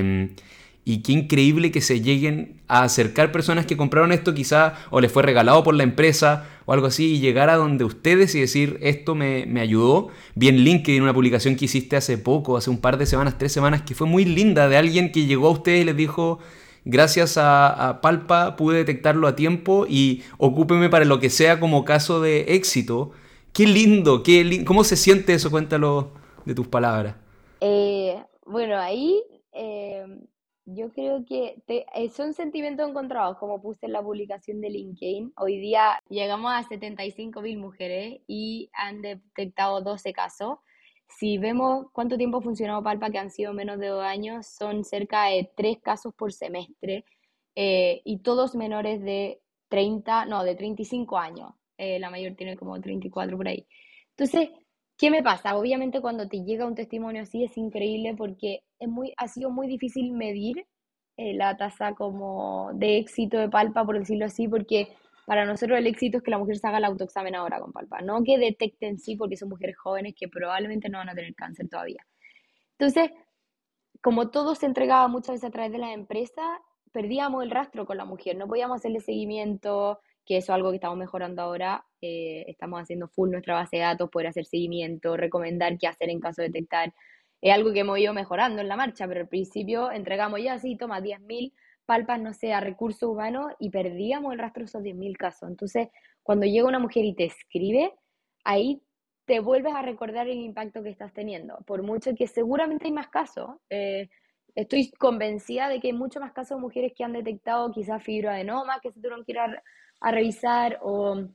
Y qué increíble que se lleguen a acercar personas que compraron esto quizá o les fue regalado por la empresa o algo así y llegar a donde ustedes y decir esto me ayudó. Vi en LinkedIn una publicación que hiciste hace poco, hace un par de semanas, 3 semanas, que fue muy linda de alguien que llegó a ustedes y les dijo gracias a Palpa pude detectarlo a tiempo y ocúpeme para lo que sea como caso de éxito. Qué lindo, ¿cómo se siente eso? Cuéntalo de tus palabras. Bueno, ahí eh, yo creo que son sentimientos encontrados, como puse en la publicación de LinkedIn. Hoy día llegamos a 75.000 mujeres y han detectado 12 casos. Si vemos cuánto tiempo ha funcionado Palpa, que han sido menos de 2 años, son cerca de 3 casos por semestre y todos menores de 30, no, de 35 años. La mayor tiene como 34 por ahí. Entonces, ¿qué me pasa? Obviamente cuando te llega un testimonio así es increíble porque ha sido muy difícil medir la tasa como de éxito de Palpa, por decirlo así, porque para nosotros el éxito es que la mujer se haga el autoexamen ahora con Palpa, no que detecten sí porque son mujeres jóvenes que probablemente no van a tener cáncer todavía. Entonces, como todo se entregaba muchas veces a través de las empresas, perdíamos el rastro con la mujer, no podíamos hacerle seguimiento, que eso es algo que estamos mejorando ahora, estamos haciendo full nuestra base de datos, poder hacer seguimiento, recomendar qué hacer en caso de detectar, es algo que hemos ido mejorando en la marcha, pero al principio entregamos ya así, toma 10.000 palpas, no sé, a recursos humanos y perdíamos el rastro de esos 10.000 casos. Entonces, cuando llega una mujer y te escribe, ahí te vuelves a recordar el impacto que estás teniendo, por mucho que seguramente hay más casos. Estoy convencida de que hay mucho más casos de mujeres que han detectado quizás fibroadenoma, que se tuvieron que ir a revisar,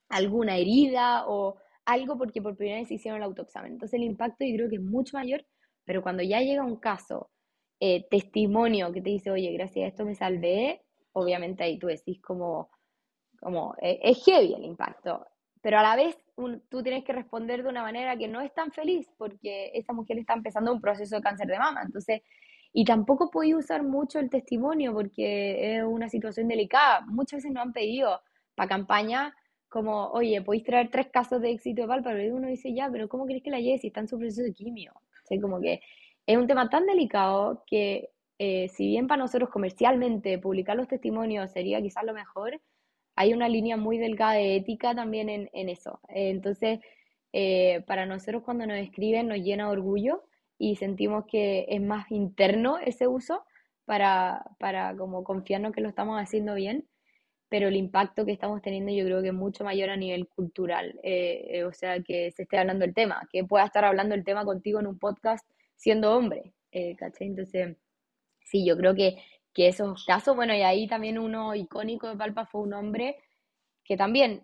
alguna herida o algo porque por primera vez hicieron el autoexamen. Entonces el impacto yo creo que es mucho mayor, pero cuando ya llega un caso, testimonio que te dice, oye, gracias a esto me salvé, obviamente ahí tú decís como es heavy el impacto, pero a la vez tú tienes que responder de una manera que no es tan feliz porque esa mujer está empezando un proceso de cáncer de mama, entonces, y tampoco podéis usar mucho el testimonio porque es una situación delicada. Muchas veces nos han pedido para campaña como, oye, podéis traer 3 casos de éxito de pálpebra, y uno dice, ya, pero ¿cómo querés que la lleve si está en su proceso de quimio? O sea, como que es un tema tan delicado que si bien para nosotros comercialmente publicar los testimonios sería quizás lo mejor, hay una línea muy delgada de ética también en eso. Entonces, para nosotros cuando nos escriben nos llena de orgullo y sentimos que es más interno ese uso para como confiarnos que lo estamos haciendo bien, pero el impacto que estamos teniendo yo creo que es mucho mayor a nivel cultural. O sea, que se esté hablando el tema, que pueda estar hablando el tema contigo en un podcast siendo hombre, ¿cachai? Entonces, sí, yo creo que esos casos, bueno, y ahí también uno icónico de Palpa fue un hombre que también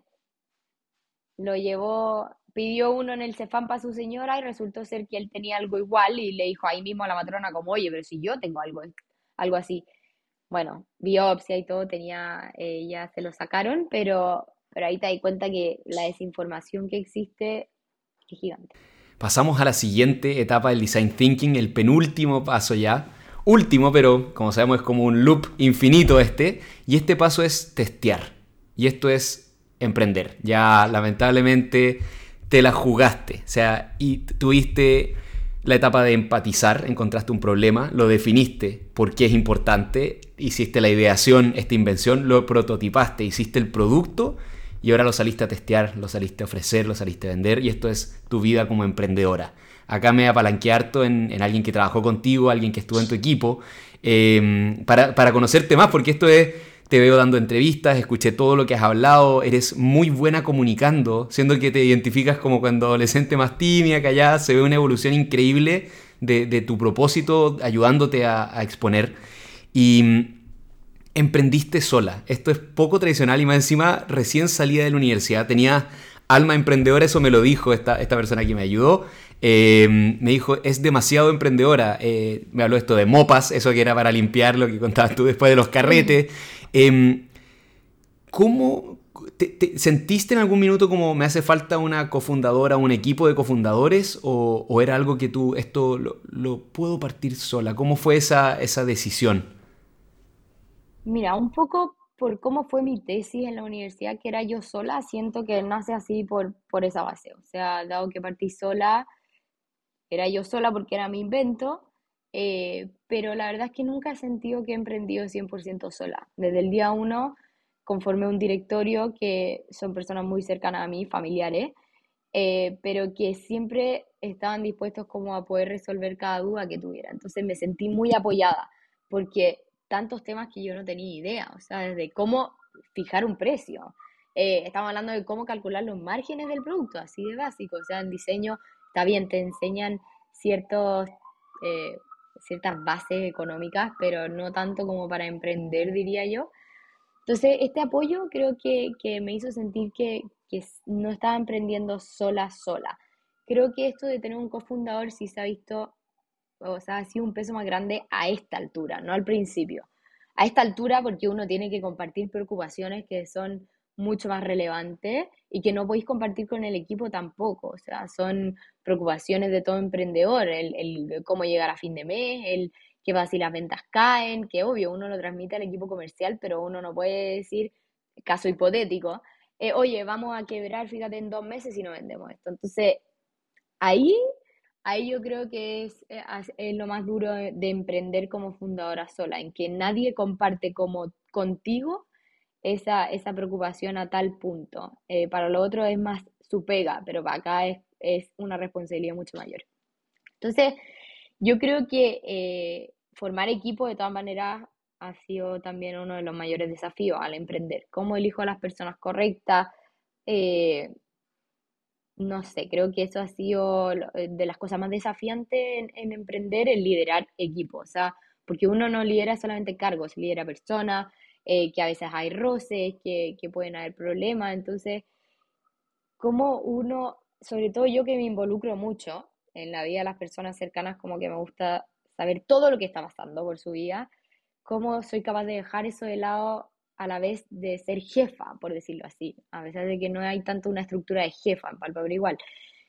lo llevó, pidió uno en el Cefam para su señora y resultó ser que él tenía algo igual y le dijo ahí mismo a la matrona como, oye, pero si yo tengo algo así. Bueno, biopsia y todo tenía, ya se lo sacaron, pero ahí te das cuenta que la desinformación que existe es gigante. Pasamos a la siguiente etapa del design thinking, el penúltimo paso ya. Último, pero como sabemos es como un loop infinito este. Y este paso es testear. Y esto es emprender. Ya lamentablemente te la jugaste. O sea, y tuviste la etapa de empatizar, encontraste un problema, lo definiste por qué es importante, hiciste la ideación, esta invención, lo prototipaste, hiciste el producto y ahora lo saliste a testear, lo saliste a ofrecer, lo saliste a vender y esto es tu vida como emprendedora. Acá me apalanqué harto en alguien que trabajó contigo, alguien que estuvo en tu equipo, para conocerte más, porque esto es, te veo dando entrevistas, escuché todo lo que has hablado, eres muy buena comunicando, siendo que te identificas como cuando adolescente más tímida, callada, se ve una evolución increíble de tu propósito ayudándote a exponer. Y emprendiste sola. Esto es poco tradicional y más encima recién salida de la universidad. Tenía alma emprendedora, eso me lo dijo esta persona que me ayudó. Me dijo, es demasiado emprendedora. Me habló esto de mopas, eso que era para limpiar lo que contabas tú después de los carretes. Eh, ¿Cómo sentiste en algún minuto como me hace falta una cofundadora, un equipo de cofundadores? ¿O era algo que tú, esto lo puedo partir sola? ¿Cómo fue esa decisión? Mira, un poco por cómo fue mi tesis en la universidad, que era yo sola, siento que nace así por esa base. O sea, dado que partí sola, era yo sola porque era mi invento, pero la verdad es que nunca he sentido que he emprendido 100% sola. Desde el día uno conformé un directorio que son personas muy cercanas a mí, familiares, pero que siempre estaban dispuestos como a poder resolver cada duda que tuviera. Entonces me sentí muy apoyada, porque tantos temas que yo no tenía idea, o sea, desde cómo fijar un precio. Estamos hablando de cómo calcular los márgenes del producto, así de básico. O sea, en diseño, está bien, te enseñan ciertos, eh, ciertas bases económicas, pero no tanto como para emprender, diría yo. Entonces, este apoyo creo que me hizo sentir que no estaba emprendiendo sola, sola. Creo que esto de tener un cofundador sí se ha visto, o sea, ha sido un peso más grande a esta altura, no al principio. A esta altura porque uno tiene que compartir preocupaciones que son mucho más relevantes y que no podéis compartir con el equipo tampoco. O sea, son preocupaciones de todo emprendedor, el cómo llegar a fin de mes, el qué pasa si las ventas caen, que obvio uno lo transmite al equipo comercial, pero uno no puede decir, caso hipotético, oye, vamos a quebrar, fíjate, en 2 meses si no vendemos esto. Entonces, ahí, ahí yo creo que es lo más duro de emprender como fundadora sola, en que nadie comparte como contigo esa preocupación a tal punto. Para lo otro es más su pega, pero para acá es una responsabilidad mucho mayor. Entonces, yo creo que formar equipo de todas maneras ha sido también uno de los mayores desafíos al emprender. ¿Cómo elijo a las personas correctas? Eh, no sé, creo que eso ha sido de las cosas más desafiantes en emprender, el liderar equipo. O sea, porque uno no lidera solamente cargos, lidera personas, que a veces hay roces, que pueden haber problemas. Entonces, cómo uno, sobre todo yo que me involucro mucho en la vida de las personas cercanas, como que me gusta saber todo lo que está pasando por su vida, cómo soy capaz de dejar eso de lado a la vez de ser jefa, por decirlo así, a pesar de que no hay tanto una estructura de jefa en Palpa, pero igual.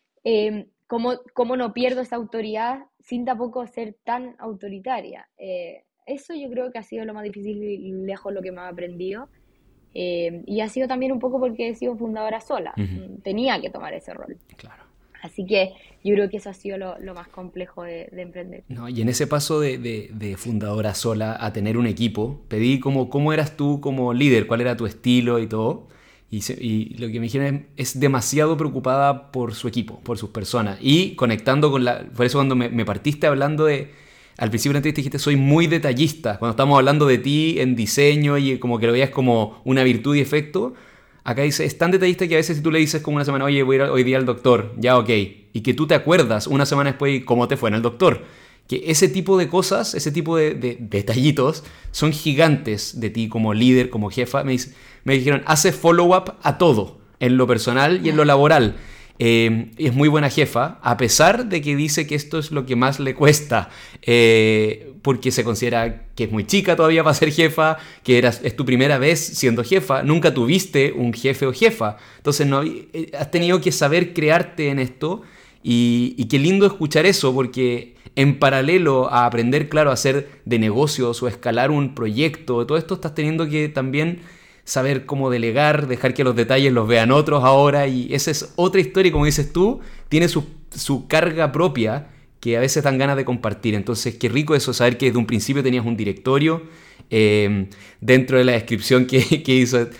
Cómo no pierdo esa autoridad sin tampoco ser tan autoritaria. Eso yo creo que ha sido lo más difícil y lejos lo que más he aprendido. Y ha sido también un poco porque he sido fundadora sola. Ujú, Tenía que tomar ese rol. claro. Así que yo creo que eso ha sido lo más complejo de emprender. No, y en ese paso de fundadora sola a tener un equipo, pedí cómo eras tú como líder, cuál era tu estilo y todo. Y lo que me dijeron es demasiado preocupada por su equipo, por sus personas. Y conectando con la... Por eso cuando me partiste hablando de... Al principio de la entrevista dijiste, soy muy detallista. Cuando estamos hablando de ti en diseño y como que lo veías como una virtud y efecto, acá dice, es tan detallista que a veces si tú le dices como una semana, oye, voy a ir hoy día al doctor, ya ok, y que tú te acuerdas una semana después cómo te fue en el doctor. Que ese tipo de cosas, ese tipo de detallitos son gigantes de ti como líder, como jefa. Me dijeron, hace follow-up a todo, en lo personal y en lo laboral. Es muy buena jefa, a pesar de que dice que esto es lo que más le cuesta, porque se considera que es muy chica todavía para ser jefa, que es tu primera vez siendo jefa, nunca tuviste un jefe o jefa, entonces no, has tenido Sí, que saber crearte en esto y qué lindo escuchar eso, porque en paralelo a aprender, claro, a hacer de negocios o escalar un proyecto, todo esto estás teniendo que también saber cómo delegar, dejar que los detalles los vean otros ahora y esa es otra historia y como dices tú, tiene su carga propia que a veces dan ganas de compartir. Entonces, qué rico eso, saber que desde un principio tenías un directorio. Dentro de la descripción que hizo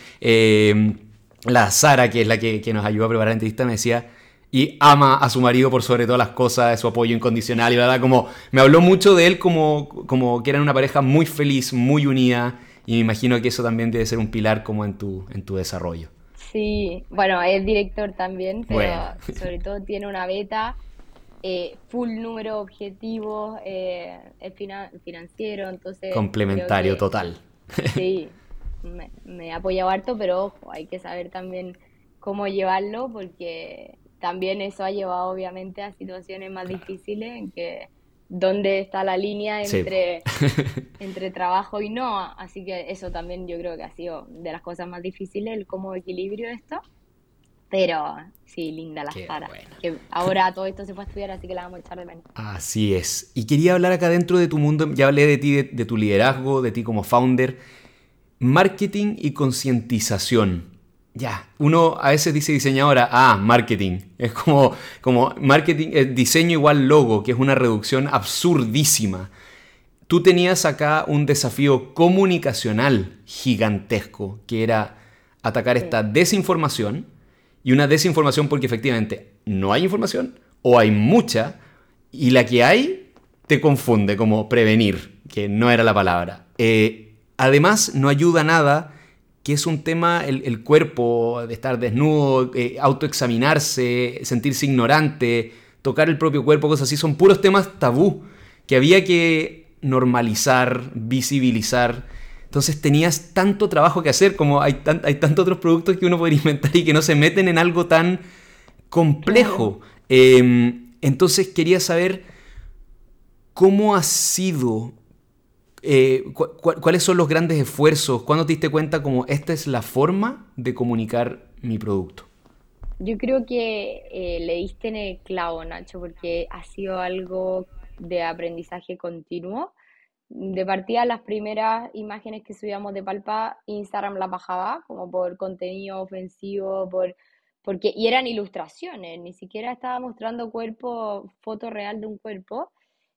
la Sara, que es la que nos ayudó a preparar la entrevista, me decía, y ama a su marido por sobre todas las cosas, su apoyo incondicional, y verdad, como me habló mucho de él como que eran una pareja muy feliz, muy unida, y me imagino que eso también debe ser un pilar como en tu desarrollo. sí, bueno, es director también, Bueno, pero sobre todo tiene una beta, full número de objetivos, es financiero, entonces creo complementario que total. sí, me ha apoyado harto, pero ojo, hay que saber también cómo llevarlo, porque también eso ha llevado obviamente a situaciones más Claro. difíciles en que dónde está la línea Sí, po. entre trabajo y no. Así que eso también yo creo que ha sido de las cosas más difíciles, el cómo equilibrio esto. Pero sí, linda la Qué Sara, bueno. que ahora todo esto se fue a estudiar, así que la vamos a echar de menos. Así es. Y quería hablar acá dentro de tu mundo, ya hablé de ti, de tu liderazgo, de ti como founder, marketing y concientización. Ya, uno a veces dice diseñadora, marketing. Es como marketing, diseño igual logo, que es una reducción absurdísima. Tú tenías acá un desafío comunicacional gigantesco, que era atacar esta Sí. desinformación, y una desinformación porque efectivamente no hay información o hay mucha, y la que hay te confunde, como prevenir, que no era la palabra. Además, no ayuda nada, que es un tema, el cuerpo, de estar desnudo, autoexaminarse, sentirse ignorante, tocar el propio cuerpo, cosas así, son puros temas tabú que había que normalizar, visibilizar. Entonces tenías tanto trabajo que hacer, como hay tantos otros productos que uno podría inventar y que no se meten en algo tan Claro. complejo. Entonces quería saber cómo ha sido, cuáles son los grandes esfuerzos, cuándo te diste cuenta como esta es la forma de comunicar mi producto. Yo creo que le diste en el clavo, Nacho, porque ha sido algo de aprendizaje continuo. De partida, las primeras imágenes que subíamos de Palpa, Instagram las bajaba como por contenido ofensivo, y eran ilustraciones, ni siquiera estaba mostrando cuerpo, foto real de un cuerpo.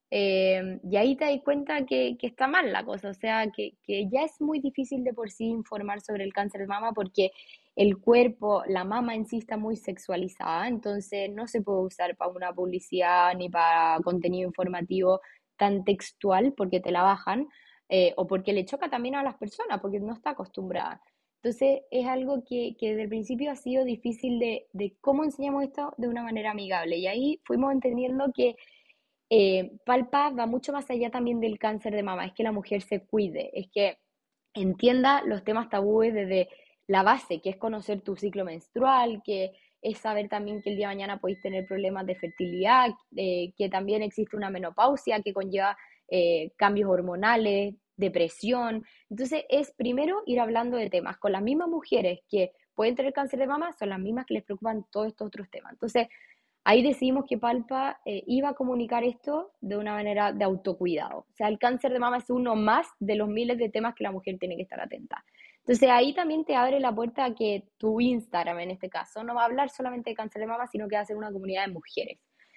Y ahí te das cuenta que está mal la cosa, o sea, que ya es muy difícil de por sí informar sobre el cáncer de mama porque el cuerpo, la mama en sí está muy sexualizada, entonces no se puede usar para una publicidad ni para contenido informativo tan textual porque te la bajan, o porque le choca también a las personas porque no está acostumbrada. Entonces es algo que desde el principio ha sido difícil de cómo enseñamos esto de una manera amigable y ahí fuimos entendiendo que Palpa va mucho más allá también del cáncer de mama, es que la mujer se cuide, es que entienda los temas tabúes desde la base, que es conocer tu ciclo menstrual, que es saber también que el día de mañana podéis tener problemas de fertilidad, que también existe una menopausia que conlleva cambios hormonales, depresión. Entonces es primero ir hablando de temas con las mismas mujeres que pueden tener cáncer de mama, son las mismas que les preocupan todos estos otros temas. Entonces ahí decidimos que Palpa iba a comunicar esto de una manera de autocuidado. O sea, el cáncer de mama es uno más de los miles de temas que la mujer tiene que estar atenta. Entonces ahí también te abre la puerta a que tu Instagram, en este caso, no va a hablar solamente de cáncer de mama, sino que va a ser una comunidad de mujeres.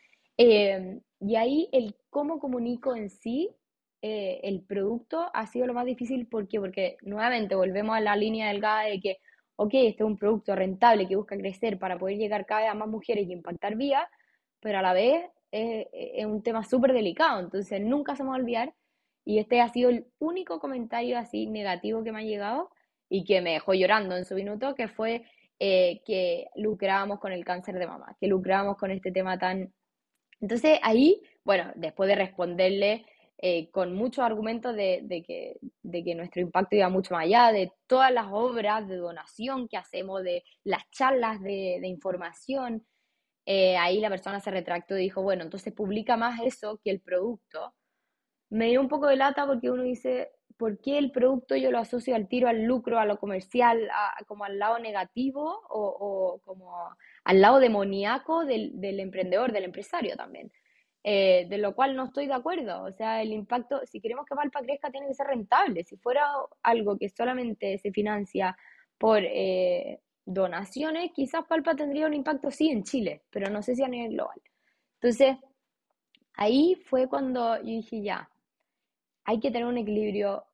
Y ahí el cómo comunico en sí el producto ha sido lo más difícil. ¿Por qué? Porque nuevamente volvemos a la línea delgada de que, ok, este es un producto rentable que busca crecer para poder llegar cada vez a más mujeres y impactar vidas, pero a la vez es un tema súper delicado, entonces nunca se me va a olvidar. Y este ha sido el único comentario así negativo que me ha llegado y que me dejó llorando en su minuto, que fue que lucrábamos con el cáncer de mama, que lucrábamos con este tema tan... Entonces ahí, bueno, después de responderle con muchos argumentos de que nuestro impacto iba mucho más allá, de todas las obras de donación que hacemos, de las charlas de información, ahí la persona se retractó y dijo, bueno, entonces publica más eso que el producto. Me dio un poco de lata porque uno dice, ¿por qué el producto yo lo asocio al tiro, al lucro, a lo comercial, como al lado negativo o como al lado demoníaco del emprendedor, del empresario también? De lo cual no estoy de acuerdo. O sea, el impacto, si queremos que Palpa crezca, tiene que ser rentable. Si fuera algo que solamente se financia por donaciones, quizás Palpa tendría un impacto sí en Chile, pero no sé si a nivel global. Entonces, ahí fue cuando yo dije, ya, hay que tener un equilibrio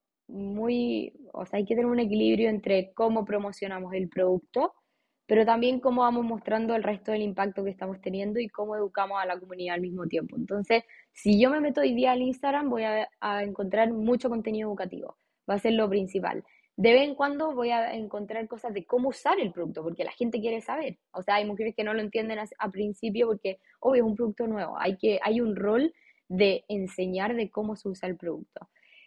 o sea, hay que tener un equilibrio entre cómo promocionamos el producto, pero también cómo vamos mostrando el resto del impacto que estamos teniendo y cómo educamos a la comunidad al mismo tiempo. Entonces, si yo me meto hoy día al Instagram, voy a encontrar mucho contenido educativo, va a ser lo principal. De vez en cuando voy a encontrar cosas de cómo usar el producto, porque la gente quiere saber. O sea, hay mujeres que no lo entienden a principio porque, obvio, es un producto nuevo. Hay un rol de enseñar de cómo se usa el producto.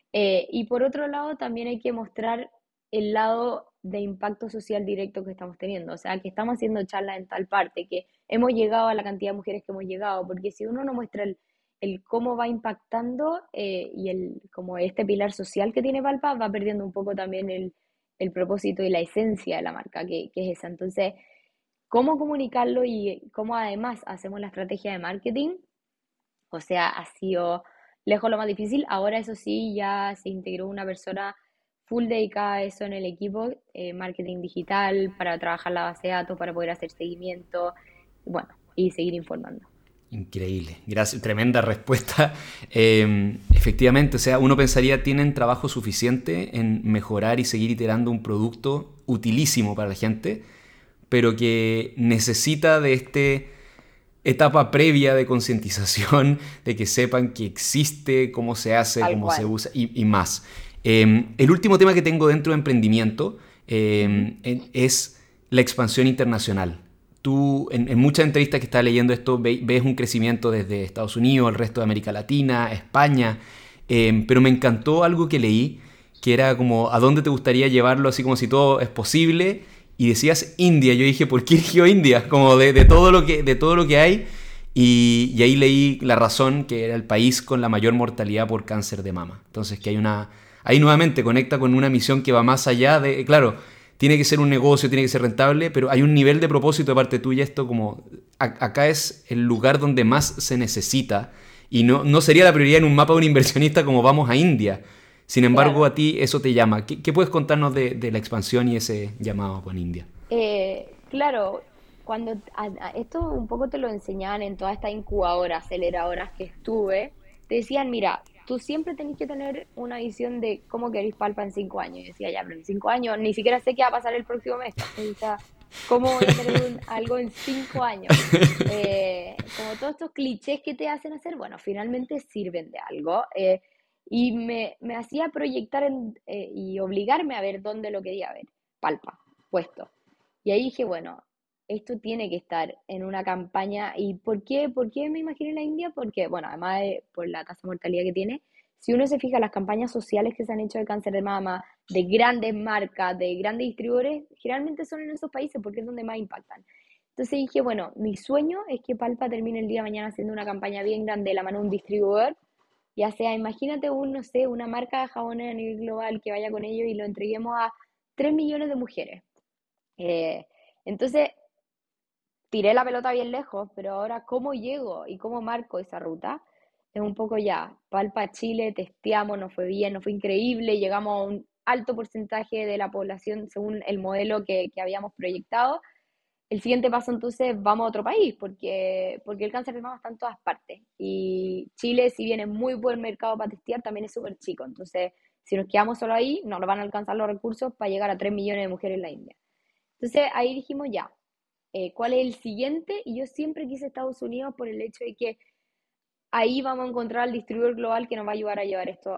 Y por otro lado, también hay que mostrar el lado de impacto social directo que estamos teniendo, o sea, que estamos haciendo charlas en tal parte, que hemos llegado a la cantidad de mujeres que hemos llegado, porque si uno no muestra el cómo va impactando y como este pilar social que tiene Palpa, va perdiendo un poco también el propósito y la esencia de la marca, que es esa. Entonces, cómo comunicarlo y cómo además hacemos la estrategia de marketing, o sea, ha sido lejos lo más difícil. Ahora, eso sí, ya se integró una persona full dedicada a eso en el equipo, marketing digital, para trabajar la base de datos, para poder hacer seguimiento, bueno, y seguir informando. Increíble, gracias, tremenda respuesta. Efectivamente, o sea, uno pensaría tienen trabajo suficiente en mejorar y seguir iterando un producto utilísimo para la gente, pero que necesita de este etapa previa de concientización, de que sepan que existe, cómo se hace, Tal cómo se cual. usa y más. El último tema que tengo dentro de emprendimiento Ujú. es la expansión internacional. Tú en muchas entrevistas que estás leyendo esto ves un crecimiento desde Estados Unidos, el resto de América Latina, España, pero me encantó algo que leí, que era como a dónde te gustaría llevarlo, así como si todo es posible, y decías India. Yo dije, ¿por qué eligió India? Como de todo lo que hay. Y ahí leí la razón, que era el país con la mayor mortalidad por cáncer de mama. Entonces, que hay una... Ahí nuevamente conecta con una misión que va más allá de... Claro, tiene que ser un negocio, tiene que ser rentable, pero hay un nivel de propósito de parte tuya. Esto como... Acá es el lugar donde más se necesita. Y no sería la prioridad en un mapa de un inversionista como vamos a India. Sin embargo, Claro. a ti eso te llama. ¿Qué puedes contarnos de la expansión y ese llamado con India? Claro, cuando esto un poco te lo enseñaban en todas estas incubadoras, aceleradoras que estuve, te decían, mira, tú siempre tenés que tener una visión de cómo querés Palpa en 5 años. Y decía, ya, pero en 5 años ni siquiera sé qué va a pasar el próximo mes, ¿cachai? O sea, ¿cómo voy a tener algo en 5 años? Como todos estos clichés que te hacen hacer, bueno, finalmente sirven de algo. Y me hacía proyectar y obligarme a ver dónde lo quería ver. Palpa, puesto. Y ahí dije, bueno, esto tiene que estar en una campaña. ¿Y por qué? ¿Por qué me imaginé la India? Porque, bueno, además de por la tasa de mortalidad que tiene, si uno se fija las campañas sociales que se han hecho de cáncer de mama, de grandes marcas, de grandes distribuidores, generalmente son en esos países porque es donde más impactan. Entonces dije, bueno, mi sueño es que Palpa termine el día de mañana haciendo una campaña bien grande de la mano de un distribuidor, ya sea, imagínate no sé, una marca de jabones a nivel global que vaya con ellos y lo entreguemos a 3 millones de mujeres. Eh, entonces, tiré la pelota bien lejos, pero ahora cómo llego y cómo marco esa ruta es un poco ya. Palpa Chile, testeamos, nos fue bien, nos fue increíble, llegamos a un alto porcentaje de la población según el modelo que habíamos proyectado. El siguiente paso entonces vamos a otro país, porque el cáncer de mama está en todas partes. Y Chile, si bien es muy buen mercado para testear, también es súper chico. Entonces, si nos quedamos solo ahí, no nos van a alcanzar los recursos para llegar a 3 millones de mujeres en la India. Entonces ahí dijimos ya, ¿cuál es el siguiente? Y yo siempre quise Estados Unidos por el hecho de que ahí vamos a encontrar al distribuidor global que nos va a ayudar a llevar esto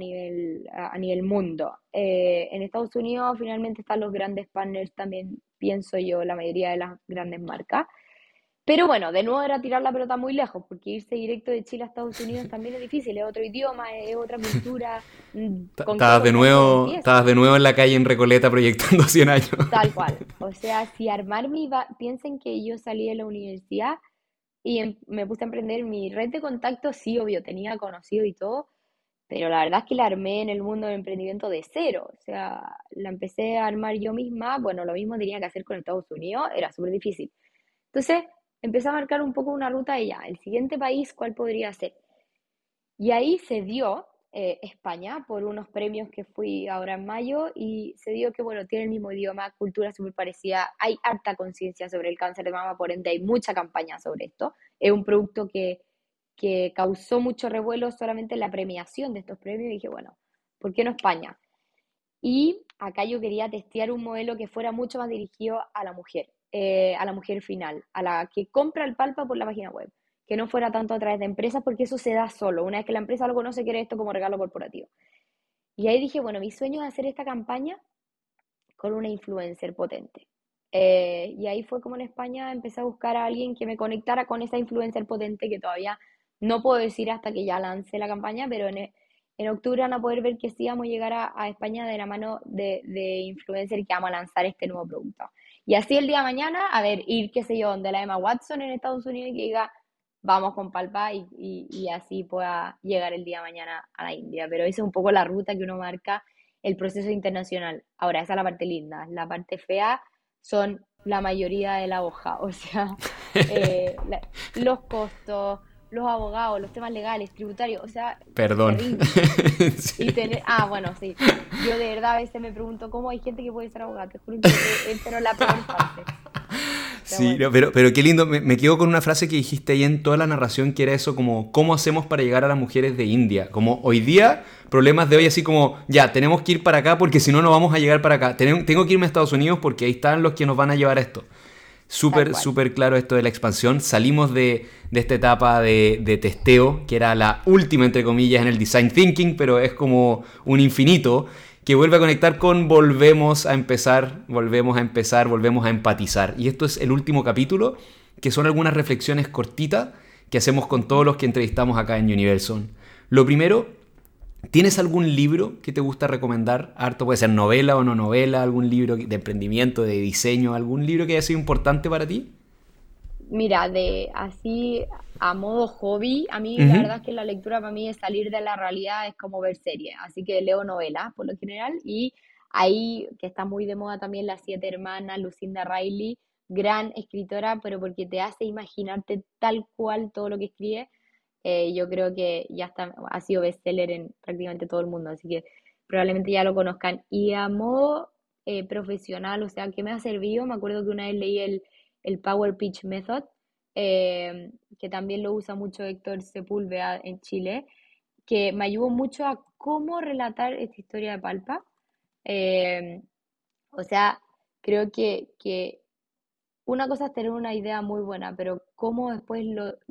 a nivel mundo. En Estados Unidos finalmente están los grandes partners también, pienso yo, la mayoría de las grandes marcas. Pero bueno, de nuevo era tirar la pelota muy lejos, porque irse directo de Chile a Estados Unidos también es difícil, es otro idioma, es otra cultura. ¿Con qué contacto Estabas empiezo? de nuevo en la calle en Recoleta proyectando 100 años. Tal cual. O sea, si armar piensen que yo salí de la universidad y me puse a emprender mi red de contactos, sí, obvio, tenía conocido y todo, pero la verdad es que la armé en el mundo del emprendimiento de cero. O sea, la empecé a armar yo misma. Bueno, lo mismo tenía que hacer con Estados Unidos, era súper difícil. Entonces, empecé a marcar un poco una ruta de ya, el siguiente país, ¿cuál podría ser? Y ahí se dio España por unos premios que fui ahora en mayo y se dio que, bueno, tiene el mismo idioma, cultura súper parecida, hay harta conciencia sobre el cáncer de mama, por ende hay mucha campaña sobre esto. Es un producto que causó mucho revuelo solamente en la premiación de estos premios y dije, bueno, ¿por qué no España? Y acá yo quería testear un modelo que fuera mucho más dirigido a la mujer final, a la que compra el palpa por la página web, que no fuera tanto a través de empresas, porque eso se da solo. Una vez que la empresa lo conoce, quiere esto como regalo corporativo. Y ahí dije, bueno, mi sueño es hacer esta campaña con una influencer potente. Y ahí fue como en España empecé a buscar a alguien que me conectara con esa influencer potente que todavía no puedo decir hasta que ya lance la campaña, pero en octubre van a poder ver que sí vamos a llegar a España de la mano de influencer que vamos a lanzar este nuevo producto. Y así el día de mañana, a ver, ir, qué sé yo, donde la Emma Watson en Estados Unidos y que diga, vamos con Palpa y así pueda llegar el día de mañana a la India. Pero esa es un poco la ruta que uno marca el proceso internacional. Ahora, esa es la parte linda. La parte fea son la mayoría de la hoja, o sea, los costos, los abogados, los temas legales, tributarios, o sea, Perdón. terrible. Y Sí. tener, bueno, sí, yo de verdad a veces me pregunto cómo hay gente que puede ser abogada, te juro que es pero la peor parte, pero Sí, no, bueno, pero qué lindo. Me quedo con una frase que dijiste ahí en toda la narración, que era eso como, ¿cómo hacemos para llegar a las mujeres de India? Como hoy día, problemas de hoy así como, ya, tenemos que ir para acá porque si no, no vamos a llegar para acá. Tengo que irme a Estados Unidos porque ahí están los que nos van a llevar a esto. tal Súper, cual. súper claro esto de la expansión. Salimos de esta etapa de testeo, que era la última, entre comillas, en el design thinking, pero es como un infinito, que vuelve a conectar con volvemos a empezar, volvemos a empezar, volvemos a empatizar. Y esto es el último capítulo, que son algunas reflexiones cortitas que hacemos con todos Ujú. los que entrevistamos acá en Universal. Lo primero, ¿tienes algún libro que te gusta recomendar? Harto puede ser novela o no novela, algún libro de emprendimiento, de diseño, algún libro que haya sido importante para ti. Mira, de así a modo hobby, a mí la Ujú. verdad es que la lectura para mí es salir de la realidad, es como ver series, así que leo novelas por lo general y ahí que está muy de moda también Las Siete Hermanas, Lucinda Riley, gran escritora, pero porque te hace imaginarte tal cual todo lo que escribe, yo creo que ya está, ha sido bestseller en prácticamente todo el mundo, así que probablemente ya lo conozcan. Y a modo profesional, o sea, ¿qué me ha servido? Me acuerdo que una vez leí el Power Pitch Method, que también lo usa mucho Héctor Sepúlveda en Chile, que me ayudó mucho a cómo relatar esta historia de Palpa. Eh, o sea, creo que una cosa es tener una idea muy buena, pero cómo después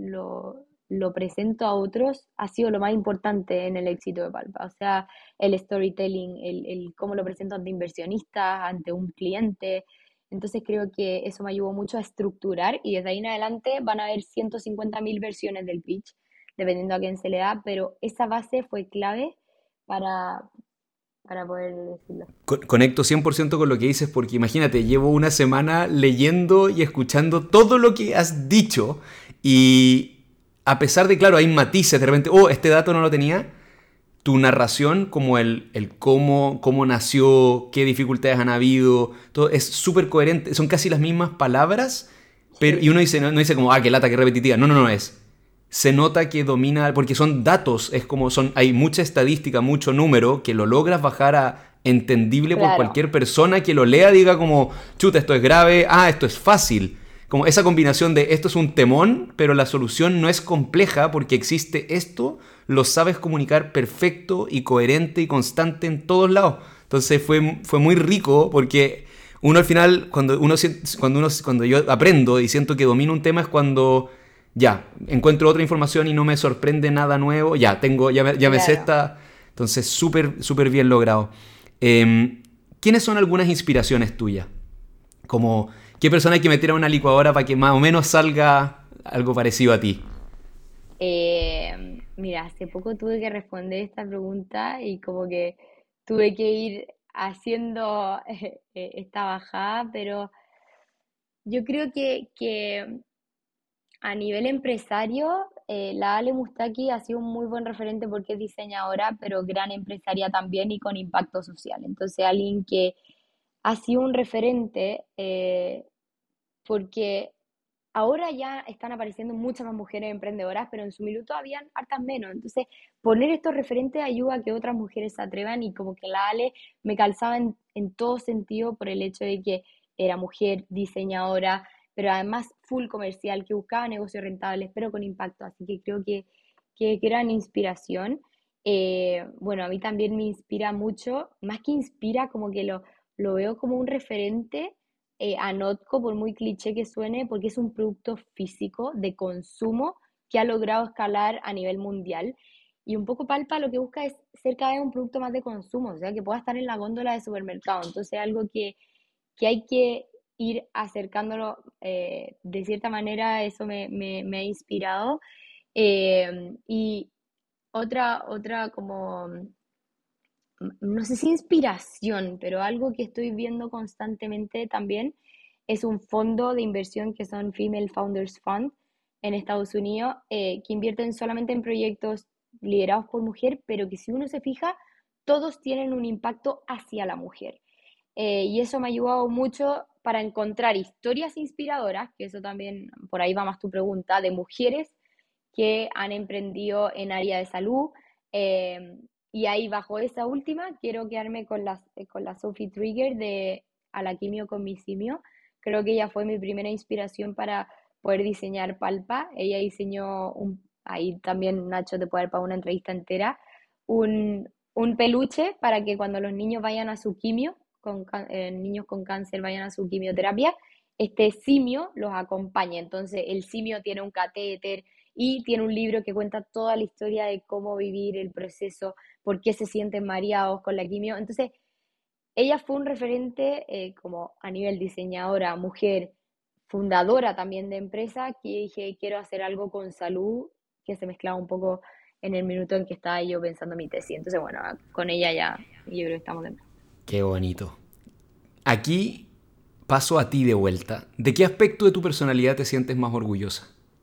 lo presento a otros ha sido lo más importante en el éxito de Palpa. O sea, el storytelling, el cómo lo presento ante inversionistas, ante un cliente. Entonces creo que eso me ayudó mucho a estructurar y desde ahí en adelante van a haber 150.000 versiones del pitch, dependiendo a quién se le da, pero esa base fue clave para, para poder decirlo. Conecto 100% con lo que dices porque imagínate, llevo una semana leyendo y escuchando todo lo que has dicho y a pesar de, claro, hay matices de repente, oh, este dato no lo tenía, tu narración, como el cómo nació, qué dificultades han habido, todo es súper coherente, son casi las mismas palabras, pero, y Sí, uno dice, no dice como, ah, qué lata, qué repetitiva, no, no, no es. Se nota que domina, porque son datos, es como son, hay mucha estadística, mucho número, que lo logras bajar a entendible por claro, cualquier persona que lo lea, diga como, chuta, esto es grave, ah, esto es fácil. Como esa combinación de esto es un temón, pero la solución no es compleja porque existe esto, lo sabes comunicar perfecto y coherente y constante en todos lados. Entonces fue muy rico porque uno al final, cuando yo aprendo y siento que domino un tema es cuando ya, encuentro otra información y no me sorprende nada nuevo, ya me sé claro. esta. Entonces, súper, súper bien logrado. ¿Quiénes son algunas inspiraciones tuyas? Como, ¿qué persona hay que meter a una licuadora para que más o menos salga algo parecido a ti? Mira, hace poco tuve que responder esta pregunta y como que tuve que ir haciendo esta bajada, pero yo creo que a nivel empresario, la Ale Mustaki ha sido un muy buen referente porque es diseñadora, pero gran empresaria también y con impacto social. Entonces, alguien que ha sido un referente porque ahora ya están apareciendo muchas más mujeres emprendedoras, pero en su minuto habían hartas menos. Entonces, poner estos referentes ayuda a que otras mujeres se atrevan y como que la Ale me calzaba en todo sentido por el hecho de que era mujer, diseñadora, pero además full comercial, que buscaba negocios rentables, pero con impacto. Así que creo que gran inspiración. Bueno, a mí también me inspira mucho, más que inspira, como que lo veo como un referente a Notco, por muy cliché que suene, porque es un producto físico de consumo que ha logrado escalar a nivel mundial. Y un poco Palpa lo que busca es ser cada vez un producto más de consumo, o sea, que pueda estar en la góndola de supermercado. Entonces, algo que hay que ir acercándolo de cierta manera, eso me ha inspirado. Y otra como no sé si inspiración, pero algo que estoy viendo constantemente también es un fondo de inversión que son Female Founders Fund en Estados Unidos, que invierten solamente en proyectos liderados por mujer, pero que si uno se fija, todos tienen un impacto hacia la mujer. Y eso me ha ayudado mucho para encontrar historias inspiradoras, que eso también, por ahí va más tu pregunta, de mujeres que han emprendido en área de salud. eh, y ahí bajo esa última quiero quedarme con la Sophie Trigger de A la quimio con mi simio. Creo que ella fue mi primera inspiración para poder diseñar Palpa. Ella diseñó ahí también Nacho te puede dar para una entrevista entera, un peluche para que cuando los niños vayan a su quimio, niños con cáncer vayan a su quimioterapia, este simio los acompaña. Entonces el simio tiene un catéter y tiene un libro que cuenta toda la historia de cómo vivir el proceso, por qué se sienten mareados con la quimio. Entonces, ella fue un referente como a nivel diseñadora, mujer, fundadora también de empresa, que dije, quiero hacer algo con salud, que se mezclaba un poco en el minuto en que estaba yo pensando mi tesis. Entonces, bueno, con ella ya yo creo que estamos de... Qué bonito. Aquí paso a ti de vuelta. ¿De qué aspecto de tu personalidad te sientes más orgullosa?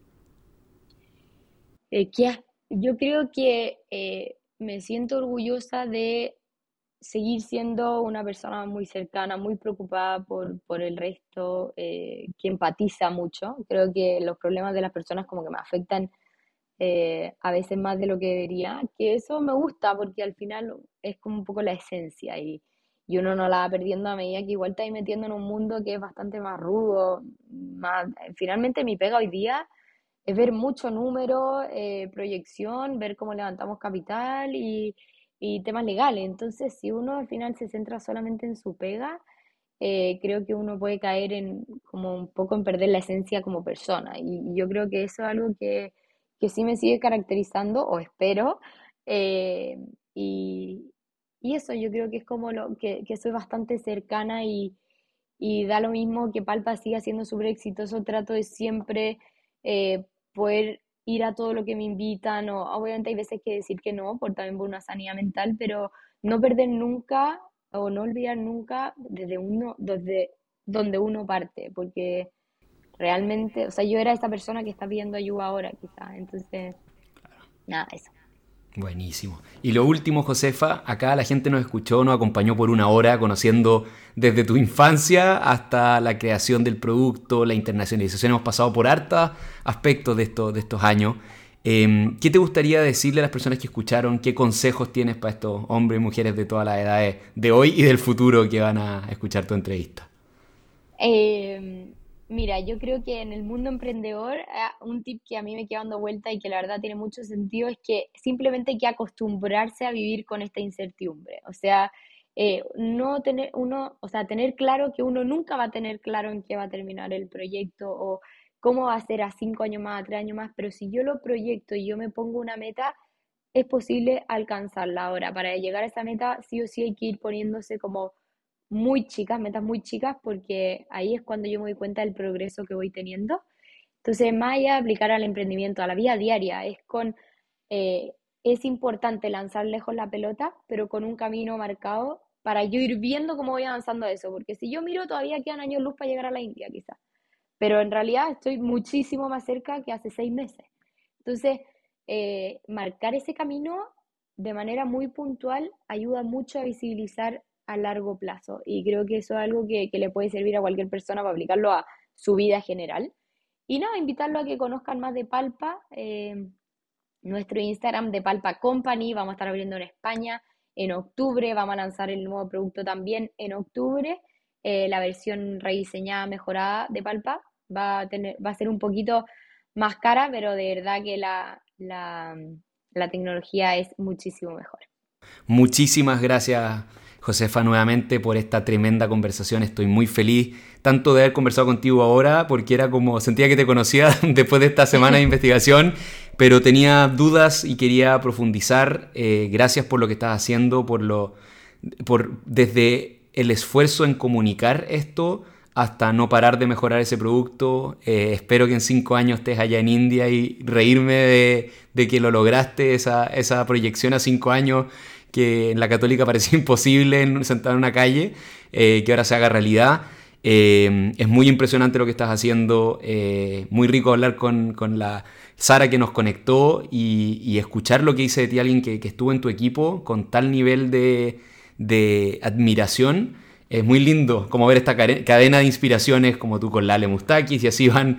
Yo creo que me siento orgullosa de seguir siendo una persona muy cercana, muy preocupada por el resto, que empatiza mucho. Creo que los problemas de las personas como que me afectan a veces más de lo que debería, que eso me gusta porque al final es como un poco la esencia y uno no la va perdiendo a medida que igual está ahí metiendo en un mundo que es bastante más rudo, más, finalmente mi pega hoy día es ver mucho número, proyección, ver cómo levantamos capital y temas legales. Entonces, si uno al final se centra solamente en su pega, creo que uno puede caer en como un poco en perder la esencia como persona. Y yo creo que eso es algo que sí me sigue caracterizando, o espero. eh, y, y eso yo creo que es como lo que soy bastante cercana y da lo mismo que Palpa siga siendo súper exitoso, trato de siempre poder ir a todo lo que me invitan, o obviamente hay veces que decir que no, por también por una sanidad mental, no perder nunca o no olvidar nunca desde donde uno parte, porque realmente, o sea, yo era esa persona que está pidiendo ayuda ahora, quizás. Entonces, nada, eso. Buenísimo. Y lo último, Josefa, acá la gente nos escuchó, nos acompañó por una hora conociendo desde tu infancia hasta la creación del producto, la internacionalización. Hemos pasado por hartos aspectos de estos años. ¿Qué te gustaría decirle a las personas que escucharon? ¿Qué consejos tienes para estos hombres y mujeres de todas las edades de hoy y del futuro que van a escuchar tu entrevista? Eh, Mira, yo creo que en el mundo emprendedor, un tip que a mí me queda dando vuelta y que la verdad tiene mucho sentido es que simplemente hay que acostumbrarse a vivir con esta incertidumbre. O sea, no tener uno, o sea, tener claro que uno nunca va a tener claro en qué va a terminar el proyecto o cómo va a ser a 5 años más, a 3 años más, pero si yo lo proyecto y yo me pongo una meta, es posible alcanzarla. Ahora, para llegar a esa meta, sí o sí hay que ir poniéndose como muy chicas, metas muy chicas, porque ahí es cuando yo me doy cuenta del progreso que voy teniendo. Entonces, más allá de aplicar al emprendimiento, a la vida diaria, eh, es importante lanzar lejos la pelota, pero con un camino marcado para yo ir viendo cómo voy avanzando a eso, porque si yo miro, todavía quedan años luz para llegar a la India, quizás, pero en realidad estoy muchísimo más cerca que hace 6 meses. Entonces, marcar ese camino de manera muy puntual ayuda mucho a visibilizar a largo plazo y creo que eso es algo que le puede servir a cualquier persona para aplicarlo a su vida general. Y nada, invitarlo a que conozcan más de Palpa, nuestro Instagram de Palpa Company, vamos a estar abriendo en España en octubre, vamos a lanzar el nuevo producto también en octubre, la versión rediseñada, mejorada de Palpa, va a ser un poquito más cara, pero de verdad que la tecnología es muchísimo mejor. Muchísimas gracias, Josefa, nuevamente por esta tremenda conversación. Estoy muy feliz tanto de haber conversado contigo ahora, porque era como, sentía que te conocía después de esta semana de investigación, pero tenía dudas y quería profundizar. Gracias por lo que estás haciendo, desde el esfuerzo en comunicar esto hasta no parar de mejorar ese producto. Espero que en 5 años estés allá en India y reírme de que lo lograste, esa proyección a 5 años que en la Católica parecía imposible sentado en una calle, que ahora se haga realidad. Es muy impresionante lo que estás haciendo, muy rico hablar con la Sara que nos conectó y escuchar lo que dice de ti alguien que estuvo en tu equipo con tal nivel de admiración. Es muy lindo como ver esta cadena de inspiraciones como tú con Lale Mustakis y así van.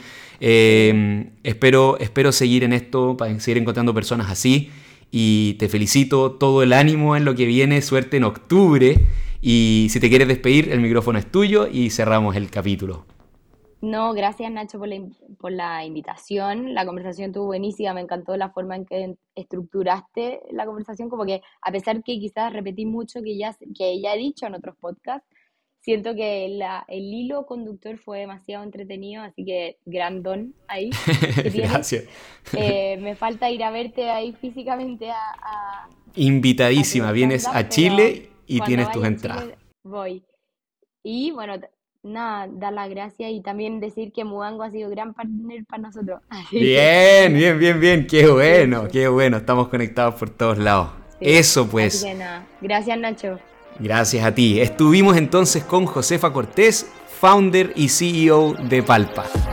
Espero seguir en esto para seguir encontrando personas así y te felicito, todo el ánimo en lo que viene, suerte en octubre y si te quieres despedir el micrófono es tuyo y cerramos el capítulo. No, gracias Nacho por la invitación. La conversación estuvo buenísima, me encantó la forma en que estructuraste la conversación, como que a pesar que quizás repetí mucho que ya he dicho en otros podcasts, siento que el hilo conductor fue demasiado entretenido, así que gran don ahí que tienes. Gracias. Me falta ir a verte ahí físicamente a tu Invitadísima, vienes stand-up, a pero Chile y cuando tienes tus vaya a entradas. Chile voy. Y bueno, nada, dar las gracias y también decir que Mudango ha sido gran partner para nosotros. Así que Bien, bien, bien, bien, qué bueno, eso, qué bueno, estamos conectados por todos lados. sí. Eso Así pues, que nada, gracias Nacho. gracias a ti. Estuvimos entonces con Josefa Cortés, founder y CEO de Palpa.